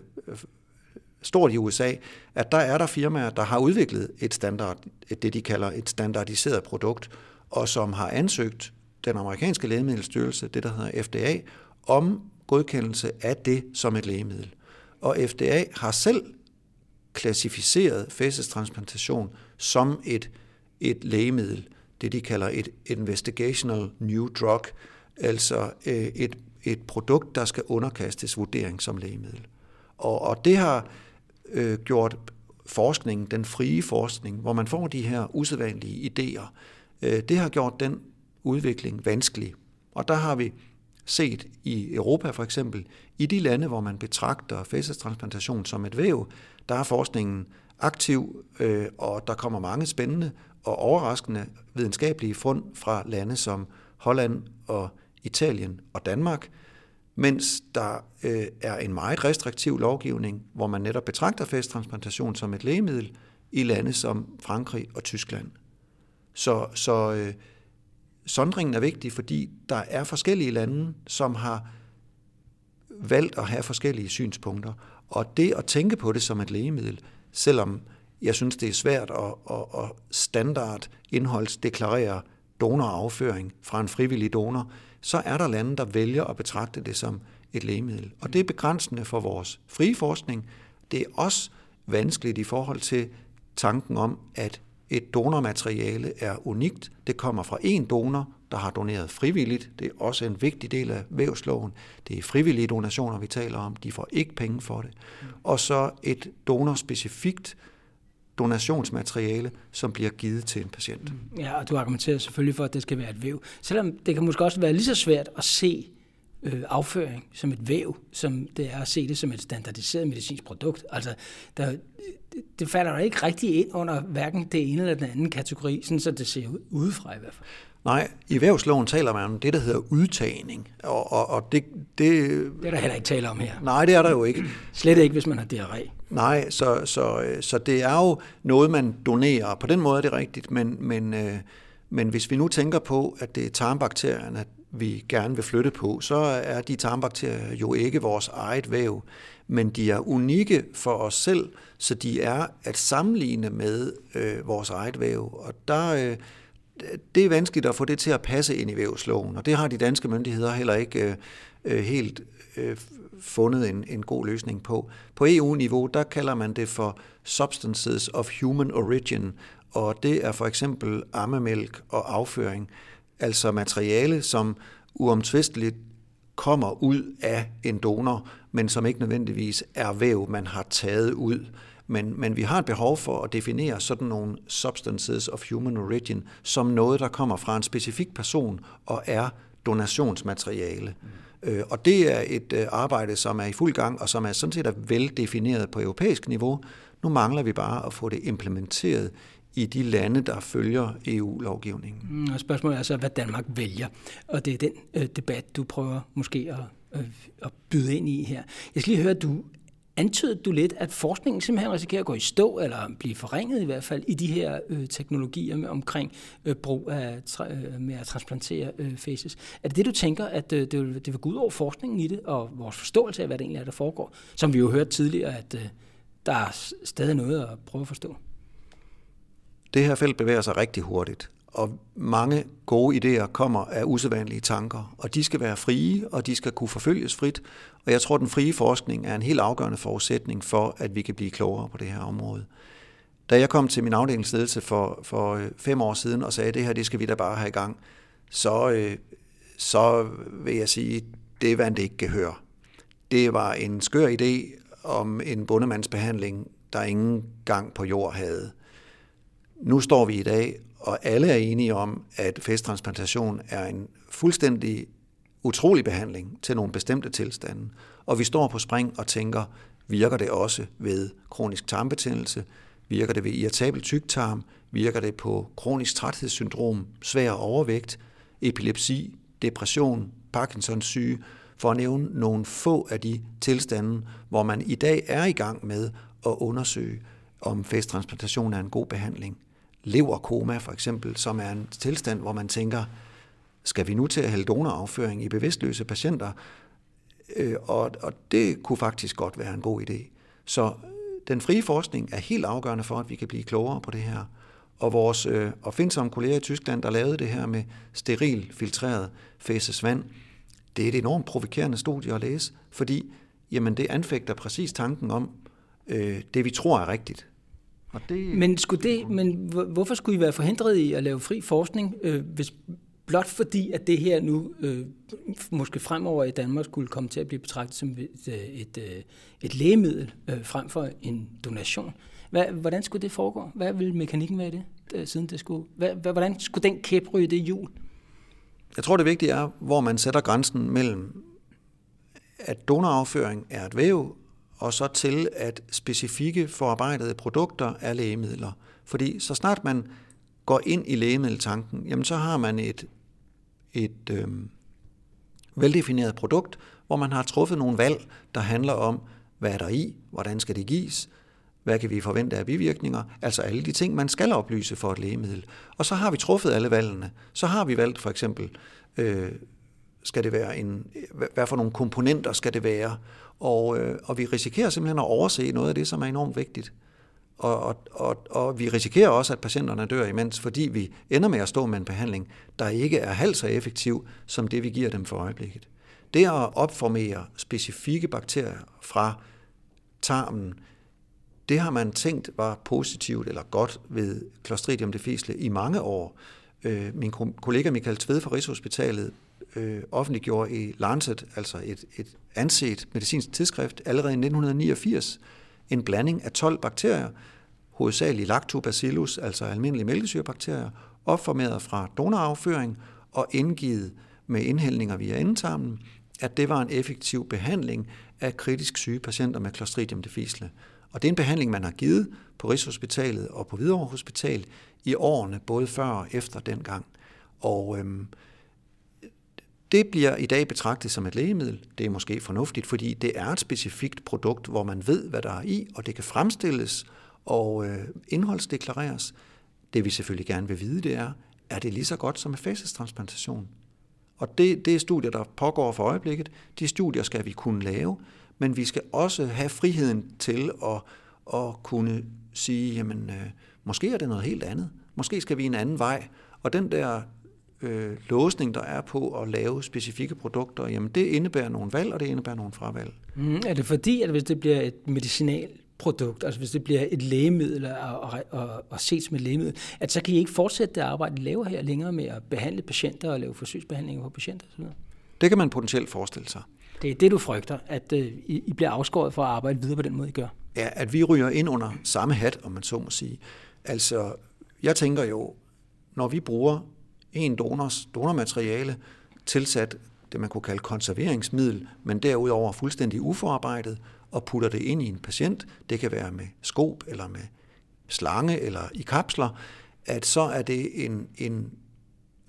stort i U S A, at der er der firmaer, der har udviklet et standard, et, det de kalder et standardiseret produkt, og som har ansøgt den amerikanske lægemiddelstyrelse, det der hedder F D A, om godkendelse af det som et lægemiddel. Og F D A har selv klassificeret fæstestransplantation som et, et lægemiddel, det de kalder et investigational new drug, altså et, et produkt, der skal underkastes vurdering som lægemiddel. Og, og det har øh, gjort forskningen, den frie forskning, hvor man får de her usædvanlige idéer, øh, det har gjort den udvikling vanskelig. Og der har vi set i Europa for eksempel, i de lande, hvor man betragter fæstestransplantation som et væv, der er forskningen aktiv, øh, og der kommer mange spændende og overraskende videnskabelige fund fra lande som Holland og Italien og Danmark, mens der øh, er en meget restriktiv lovgivning, hvor man netop betragter fæstetransplantation som et lægemiddel i lande som Frankrig og Tyskland. Så, så øh, sondringen er vigtig, fordi der er forskellige lande, som har valgt at have forskellige synspunkter. Og det at tænke på det som et lægemiddel, selvom jeg synes, det er svært at, at, at standard indholdsdeklarere donorafføring fra en frivillig donor, så er der lande, der vælger at betragte det som et lægemiddel. Og det er begrænsende for vores frie forskning. Det er også vanskeligt i forhold til tanken om, at et donormateriale er unikt. Det kommer fra én donor, der har doneret frivilligt. Det er også en vigtig del af vævsloven. Det er frivillige donationer, vi taler om. De får ikke penge for det. Og så et donorspecifikt donationsmateriale, som bliver givet til en patient. Ja, og du argumenterer selvfølgelig for, at det skal være et væv. Selvom det kan måske også være lige så svært at se øh, afføring som et væv, som det er at se det som et standardiseret medicinsk produkt. Altså, der, det falder ikke rigtig ind under hverken det ene eller den anden kategori, sådan så det ser ud udefra i hvert fald. Nej, i vævsloven taler man om det, der hedder udtagning. Og, og, og det, det, det er der heller ikke tale om her. Nej, det er der jo ikke. Slet ikke, hvis man har diarré. Nej, så, så, så det er jo noget, man donerer. På den måde er det rigtigt, men, men, men hvis vi nu tænker på, at det er tarmbakterierne, vi gerne vil flytte på, så er de tarmbakterier jo ikke vores eget væv, men de er unikke for os selv, så de er at sammenligne med øh, vores eget væv. Og der, øh, det er vanskeligt at få det til at passe ind i vævsloven, og det har de danske myndigheder heller ikke øh, helt øh, fundet en, en god løsning på. På E U-niveau, der kalder man det for substances of human origin, og det er for eksempel ammemælk og afføring, altså materiale, som uomtvisteligt kommer ud af en donor, men som ikke nødvendigvis er væv, man har taget ud. Men, men vi har et behov for at definere sådan nogle substances of human origin som noget, der kommer fra en specifik person og er donationsmateriale. Mm. Øh, og det er et øh, arbejde, som er i fuld gang, og som er sådan set er veldefineret på europæisk niveau. Nu mangler vi bare at få det implementeret i de lande, der følger E U-lovgivningen. Mm, og spørgsmålet er så, hvad Danmark vælger. Og det er den øh, debat, du prøver måske at øh, at byde ind i her. Jeg skal lige høre, du antydede du lidt, at forskningen simpelthen risikerer at gå i stå, eller blive forringet i hvert fald, i de her øh, teknologier med, omkring øh, brug af tra- øh, med at transplantere øh, faces. Er det det, du tænker, at øh, det, vil, det vil gå ud over forskningen i det, og vores forståelse af, hvad det egentlig er, der foregår? Som vi jo hørte tidligere, at øh, der er stadig noget at prøve at forstå. Det her felt bevæger sig rigtig hurtigt, og mange gode idéer kommer af usædvanlige tanker, og de skal være frie, og de skal kunne forfølges frit, og jeg tror, at den frie forskning er en helt afgørende forudsætning for, at vi kan blive klogere på det her område. Da jeg kom til min afdelingsledelse for, for fem år siden og sagde, at det her, det skal vi da bare have i gang, så, øh, så vil jeg sige, det vandt ikke gehør. Det var en skør idé om en bondemandsbehandling, der ingen gang på jord havde. Nu står vi i dag, og alle er enige om, at facetransplantation er en fuldstændig utrolig behandling til nogle bestemte tilstande. Og vi står på spring og tænker, virker det også ved kronisk tarmbetændelse? Virker det ved irritabel tyktarm? Virker det på kronisk træthedssyndrom, svær overvægt, epilepsi, depression, Parkinsons syge? For at nævne nogle få af de tilstande, hvor man i dag er i gang med at undersøge, om facetransplantation er en god behandling. Leverkoma for eksempel, som er en tilstand, hvor man tænker, skal vi nu til at hælde donorafføring i bevidstløse patienter? Øh, og, og det kunne faktisk godt være en god idé. Så den frie forskning er helt afgørende for, at vi kan blive klogere på det her. Og vores øh, opfindsomme kolleger i Tyskland, der lavede det her med steril filtreret faces vand, det er et enormt provokerende studie at læse, fordi jamen, det anfægter præcis tanken om øh, det, vi tror er rigtigt. Og det, men, skulle det, men hvorfor skulle I være forhindret i at lave fri forskning, øh, hvis blot fordi, at det her nu øh, måske fremover i Danmark skulle komme til at blive betragtet som et, et, et, et lægemiddel øh, frem for en donation? Hvad, hvordan skulle det foregå? Hvad ville mekanikken være i det, der, siden det skulle? Hvad, hvordan skulle den kæp ryge det hjul? Jeg tror, det vigtige er, hvor man sætter grænsen mellem, at donorafføring er et væv, og så til, at specifikke forarbejdede produkter er lægemidler. Fordi så snart man går ind i lægemiddeltanken, jamen så har man et, et øh, veldefineret produkt, hvor man har truffet nogle valg, der handler om, hvad er der i, hvordan skal det gives, hvad kan vi forvente af bivirkninger, altså alle de ting, man skal oplyse for et lægemiddel. Og så har vi truffet alle valgene. Så har vi valgt for eksempel, øh, skal det være en, hvad for nogle komponenter skal det være, og, øh, og vi risikerer simpelthen at overse noget af det, som er enormt vigtigt. Og, og, og, og vi risikerer også, at patienterne dør imens, fordi vi ender med at stå med en behandling, der ikke er halvt så effektiv, som det vi giver dem for øjeblikket. Det at opformere specifikke bakterier fra tarmen, det har man tænkt var positivt eller godt ved Clostridium difficile i mange år. Min kollega Michael Tved fra Rigshospitalet øh, offentliggjorde i Lancet, altså et, et anset medicinsk tidsskrift, allerede i nitten niogfirs, en blanding af tolv bakterier, hovedsageligt Lactobacillus, altså almindelige mælkesyrebakterier, opformeret fra donorafføring og indgivet med indhældninger via endetarmen, at det var en effektiv behandling af kritisk syge patienter med Clostridium difficile. Og det er en behandling, man har givet på Rigshospitalet og på Hvidovre Hospital i årene, både før og efter dengang. Og øhm, det bliver i dag betragtet som et lægemiddel. Det er måske fornuftigt, fordi det er et specifikt produkt, hvor man ved, hvad der er i, og det kan fremstilles og øh, indholdsdeklareres. Det vi selvfølgelig gerne vil vide, det er, er det lige så godt som en facetransplantation? Og det, det er studier, der pågår for øjeblikket. De studier skal vi kunne lave, men vi skal også have friheden til at, at kunne sige, jamen, øh, måske er det noget helt andet. Måske skal vi en anden vej. Og den der øh, låsning, der er på at lave specifikke produkter, jamen det indebærer nogle valg, og det indebærer nogle fravalg. Mm, er det fordi, at hvis det bliver et medicinalprodukt, altså hvis det bliver et lægemiddel og, og, og, og ses som et lægemiddel, at så kan I ikke fortsætte det arbejde, I laver her længere med at behandle patienter og lave forsøgsbehandlinger på patienter osv.? Det kan man potentielt forestille sig. Det er det, du frygter, at øh, I bliver afskåret for at arbejde videre på den måde, I gør? Ja, at vi ryger ind under samme hat, om man så må sige. Altså, jeg tænker jo, når vi bruger en donors donormateriale tilsat det, man kunne kalde konserveringsmiddel, men derudover fuldstændig uforarbejdet, og putter det ind i en patient, det kan være med skop eller med slange eller i kapsler, at så er det en, en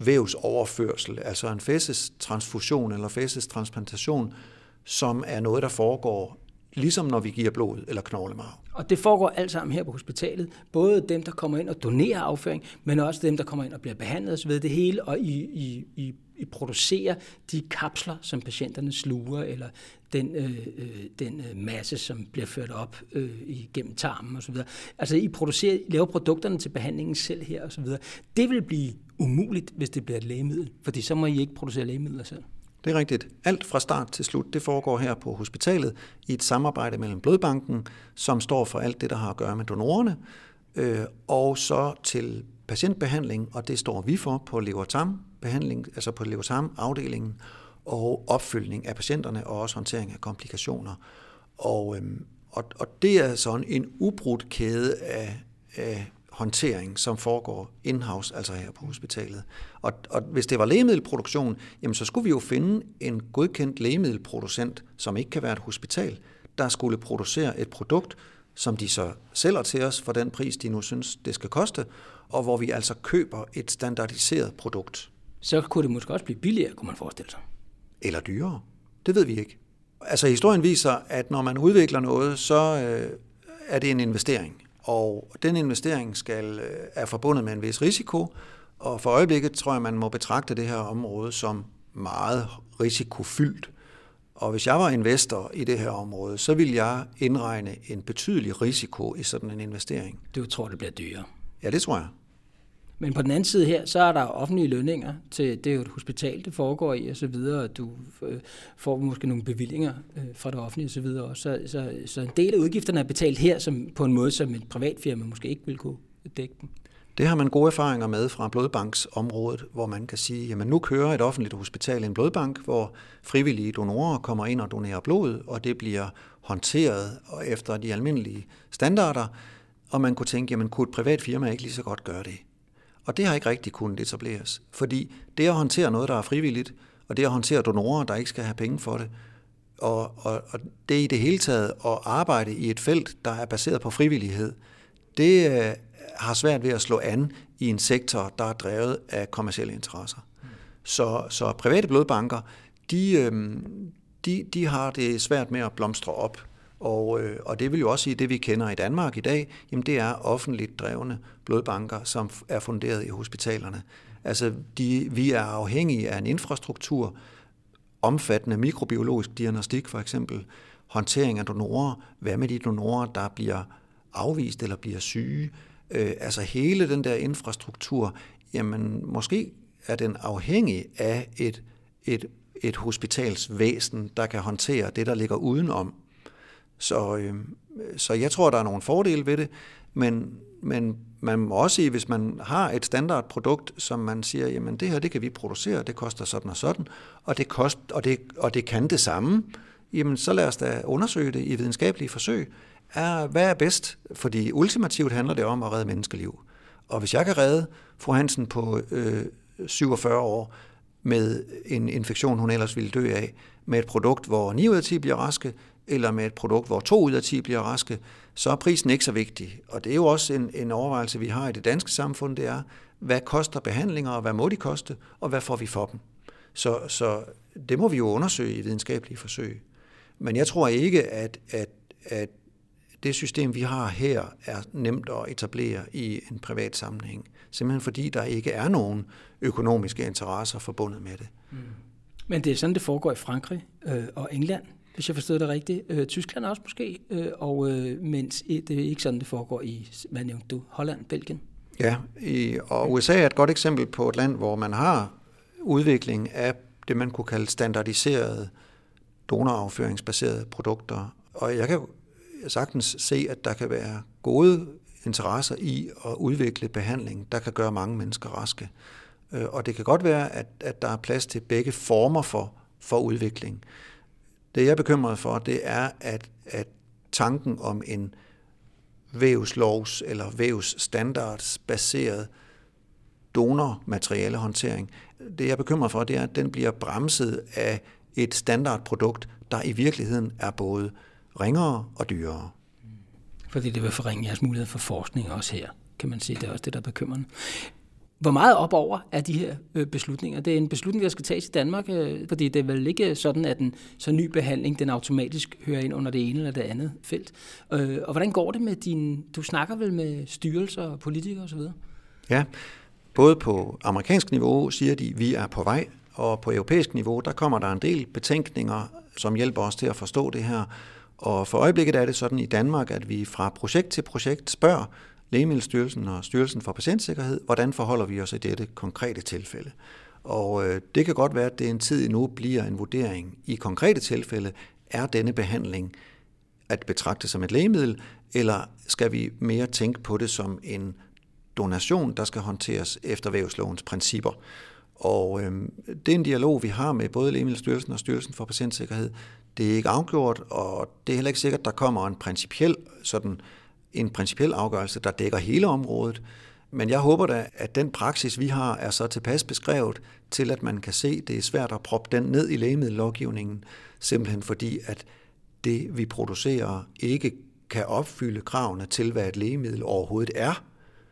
vævsoverførsel, altså en fæcestransfusion eller fæcestransplantation, som er noget, der foregår ligesom når vi giver blod eller knoglemarv. Og det foregår alt sammen her på hospitalet. Både dem, der kommer ind og donerer afføring, men også dem, der kommer ind og bliver behandlet osv. Det hele, og I, I, I, I producerer de kapsler, som patienterne sluger, eller den, øh, den masse, som bliver ført op øh, igennem tarmen osv. Altså I producerer, I laver produkterne til behandlingen selv her osv. Det vil blive umuligt, hvis det bliver et lægemiddel, fordi så må I ikke producere lægemidler selv. Det er rigtigt. Alt fra start til slut, det foregår her på hospitalet i et samarbejde mellem Blodbanken, som står for alt det, der har at gøre med donorerne, øh, og så til patientbehandling, og det står vi for på lever-tarm-behandling, altså på lever-tarm-afdelingen, og opfølgning af patienterne og også håndtering af komplikationer. Og, øh, og, og det er sådan en ubrudt kæde af, af håndtering, som foregår in-house, altså her på hospitalet. Og, og hvis det var lægemiddelproduktion, jamen så skulle vi jo finde en godkendt lægemiddelproducent, som ikke kan være et hospital, der skulle producere et produkt, som de så sælger til os for den pris, de nu synes, det skal koste, og hvor vi altså køber et standardiseret produkt. Så kunne det måske også blive billigere, kunne man forestille sig. Eller dyrere. Det ved vi ikke. Altså historien viser, at når man udvikler noget, så øh, er det en investering. Og den investering skal, er forbundet med en vis risiko, og for øjeblikket tror jeg, man må betragte det her område som meget risikofyldt. Og hvis jeg var investor i det her område, så ville jeg indregne en betydelig risiko i sådan en investering. Du tror, det bliver dyrere? Ja, det tror jeg. Men på den anden side her, så er der offentlige lønninger til, det er jo et hospital, det foregår i og så videre, og du øh, får måske nogle bevillinger øh, fra det offentlige og så videre. Så, så, så en del af udgifterne er betalt her som, på en måde, som et privat firma måske ikke vil kunne dække dem. Det har man gode erfaringer med fra blodbanksområdet, hvor man kan sige, jamen nu kører et offentligt hospital en blodbank, hvor frivillige donorer kommer ind og donerer blod, og det bliver håndteret efter de almindelige standarder, og man kunne tænke, jamen kunne et privat firma ikke lige så godt gøre det? Og det har ikke rigtig kunnet etableres, fordi det at håndtere noget, der er frivilligt, og det at håndtere donorer, der ikke skal have penge for det, og, og, og det i det hele taget at arbejde i et felt, der er baseret på frivillighed, det øh, har svært ved at slå an i en sektor, der er drevet af kommercielle interesser. Mm. Så, så private blodbanker, de, øh, de, de har det svært med at blomstre op. Og, øh, og det vil jo også sige, at det vi kender i Danmark i dag, jamen det er offentligt drevne blodbanker, som er funderet i hospitalerne. Altså de, vi er afhængige af en infrastruktur, omfattende mikrobiologisk diagnostik for eksempel, håndtering af donorer, hvad med de donorer, der bliver afvist eller bliver syge. Øh, altså hele den der infrastruktur, jamen måske er den afhængig af et, et, et hospitalsvæsen, der kan håndtere det, der ligger udenom. Så, øh, så jeg tror, der er nogle fordele ved det, men, men man må også sige, hvis man har et standardprodukt, som man siger, jamen det her, det kan vi producere, det koster sådan og sådan, og det, kost, og det, og det kan det samme, jamen så lad os da undersøge det i videnskabelige forsøg. Er, hvad er bedst? Fordi ultimativt handler det om at redde menneskeliv. Og hvis jeg kan redde fru Hansen på øh, syvogfyrre år med en infektion, hun ellers ville dø af, med et produkt, hvor ni ud af ti bliver raske, eller med et produkt, hvor to ud af ti bliver raske, så er prisen ikke så vigtig. Og det er jo også en, en overvejelse, vi har i det danske samfund, det er, hvad koster behandlinger, og hvad må de koste, og hvad får vi for dem? Så, så det må vi jo undersøge i videnskabelige forsøg. Men jeg tror ikke, at, at, at det system, vi har her, er nemt at etablere i en privat sammenhæng. Simpelthen fordi der ikke er nogen økonomiske interesser forbundet med det. Mm. Men det er sådan, det foregår i Frankrig øh, og England, hvis jeg forstod det rigtigt. Øh, Tyskland også måske, øh, og øh, mens det er ikke sådan, det foregår i, hvad nævnte du, Holland, Belgien? Ja, i, og U S A er et godt eksempel på et land, hvor man har udvikling af det, man kunne kalde standardiserede donorafføringsbaserede produkter. Og jeg kan sagtens se, at der kan være gode interesser i at udvikle behandling, der kan gøre mange mennesker raske. Og det kan godt være, at, at der er plads til begge former for, for udvikling. Det jeg er bekymret for, det er, at, at tanken om en vævslovs- eller vævsstandardsbaseret donormaterialehåndtering, det jeg er bekymret for, det er, at den bliver bremset af et standardprodukt, der i virkeligheden er både ringere og dyrere. Fordi det vil forringe jeres mulighed for forskning også her, kan man sige. Det er også det, der er bekymrende. Hvor meget op over er de her øh, beslutninger? Det er en beslutning, der skal tages i Danmark, øh, fordi det er vel ikke sådan, at en så ny behandling, den automatisk hører ind under det ene eller det andet felt. Øh, og hvordan går det med din... Du snakker vel med styrelser og politikere osv.? Ja, både på amerikansk niveau siger de, at vi er på vej, og på europæisk niveau, der kommer der en del betænkninger, som hjælper os til at forstå det her. Og for øjeblikket er det sådan i Danmark, at vi fra projekt til projekt spørger Lægemiddelstyrelsen og Styrelsen for Patientsikkerhed, hvordan forholder vi os i dette konkrete tilfælde. Og øh, det kan godt være, at det en tid endnu bliver en vurdering. I konkrete tilfælde er denne behandling at betragte som et lægemiddel, eller skal vi mere tænke på det som en donation, der skal håndteres efter vævslovens principper. Og øh, det er en dialog, vi har med både Lægemiddelstyrelsen og Styrelsen for Patientsikkerhed. Det er ikke afgjort, og det er heller ikke sikkert, at der kommer en principiel, sådan, en principiel afgørelse, der dækker hele området. Men jeg håber da, at den praksis, vi har, er så tilpas beskrevet til, at man kan se, at det er svært at proppe den ned i lægemiddellovgivningen, simpelthen fordi, at det, vi producerer, ikke kan opfylde kravene til, hvad et lægemiddel overhovedet er.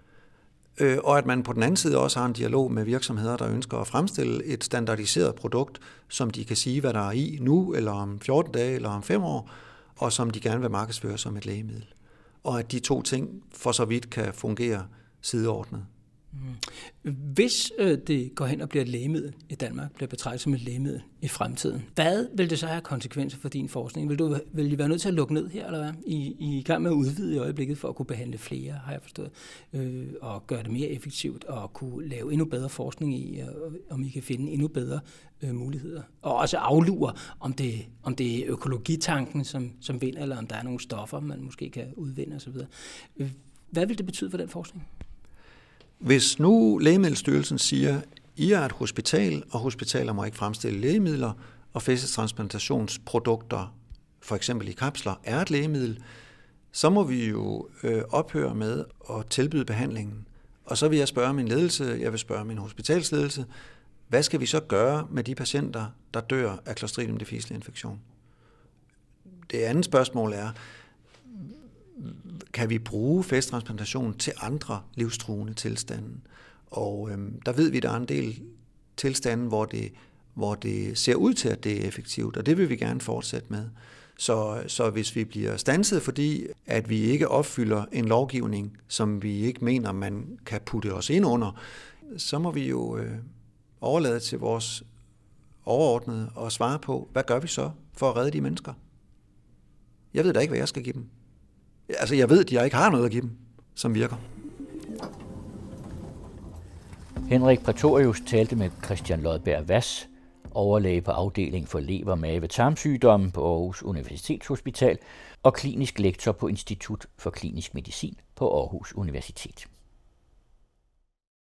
Og at man på den anden side også har en dialog med virksomheder, der ønsker at fremstille et standardiseret produkt, som de kan sige, hvad der er i nu, eller om fjorten dage, eller om fem år, og som de gerne vil markedsføre som et lægemiddel. Og at de to ting for så vidt kan fungere sideordnet. Mm. Hvis øh, det går hen og bliver et lægemiddel i Danmark, bliver betragtet som et lægemiddel i fremtiden, hvad vil det så have konsekvenser for din forskning? Vil du vil I være nødt til at lukke ned her, eller hvad? I, I er i gang med at udvide i øjeblikket for at kunne behandle flere, har jeg forstået, øh, og gøre det mere effektivt, og kunne lave endnu bedre forskning i, og, om I kan finde endnu bedre øh, muligheder. Og også aflure, om det, om det er økologitanken, som, som vinder, eller om der er nogle stoffer, man måske kan udvinde osv. Hvad vil det betyde for den forskning? Hvis nu Lægemiddelstyrelsen siger, I er et hospital, og hospitaler må ikke fremstille lægemidler, og fæstetransplantationsprodukter, for eksempel i kapsler, er et lægemiddel, så må vi jo øh, ophøre med at tilbyde behandlingen. Og så vil jeg spørge min ledelse, jeg vil spørge min hospitalsledelse, hvad skal vi så gøre med de patienter, der dør af Clostridium difficile infektion? Det andet spørgsmål er, kan vi bruge fæstetransplantation til andre livstruende tilstande? Og øhm, der ved vi, at der er en del tilstande, hvor det, hvor det ser ud til, at det er effektivt, og det vil vi gerne fortsætte med. Så, så hvis vi bliver standset, fordi at vi ikke opfylder en lovgivning, som vi ikke mener, man kan putte os ind under, så må vi jo øh, overlade til vores overordnede og svare på, hvad gør vi så for at redde de mennesker? Jeg ved da ikke, hvad jeg skal give dem. Altså, jeg ved, at jeg ikke har noget at give dem, som virker. Henrik Prætorius talte med Christian Lodberg Vass, overlæge på afdeling for lever, mave, tarmsygdomme på Aarhus Universitetshospital og klinisk lektor på Institut for Klinisk Medicin på Aarhus Universitet.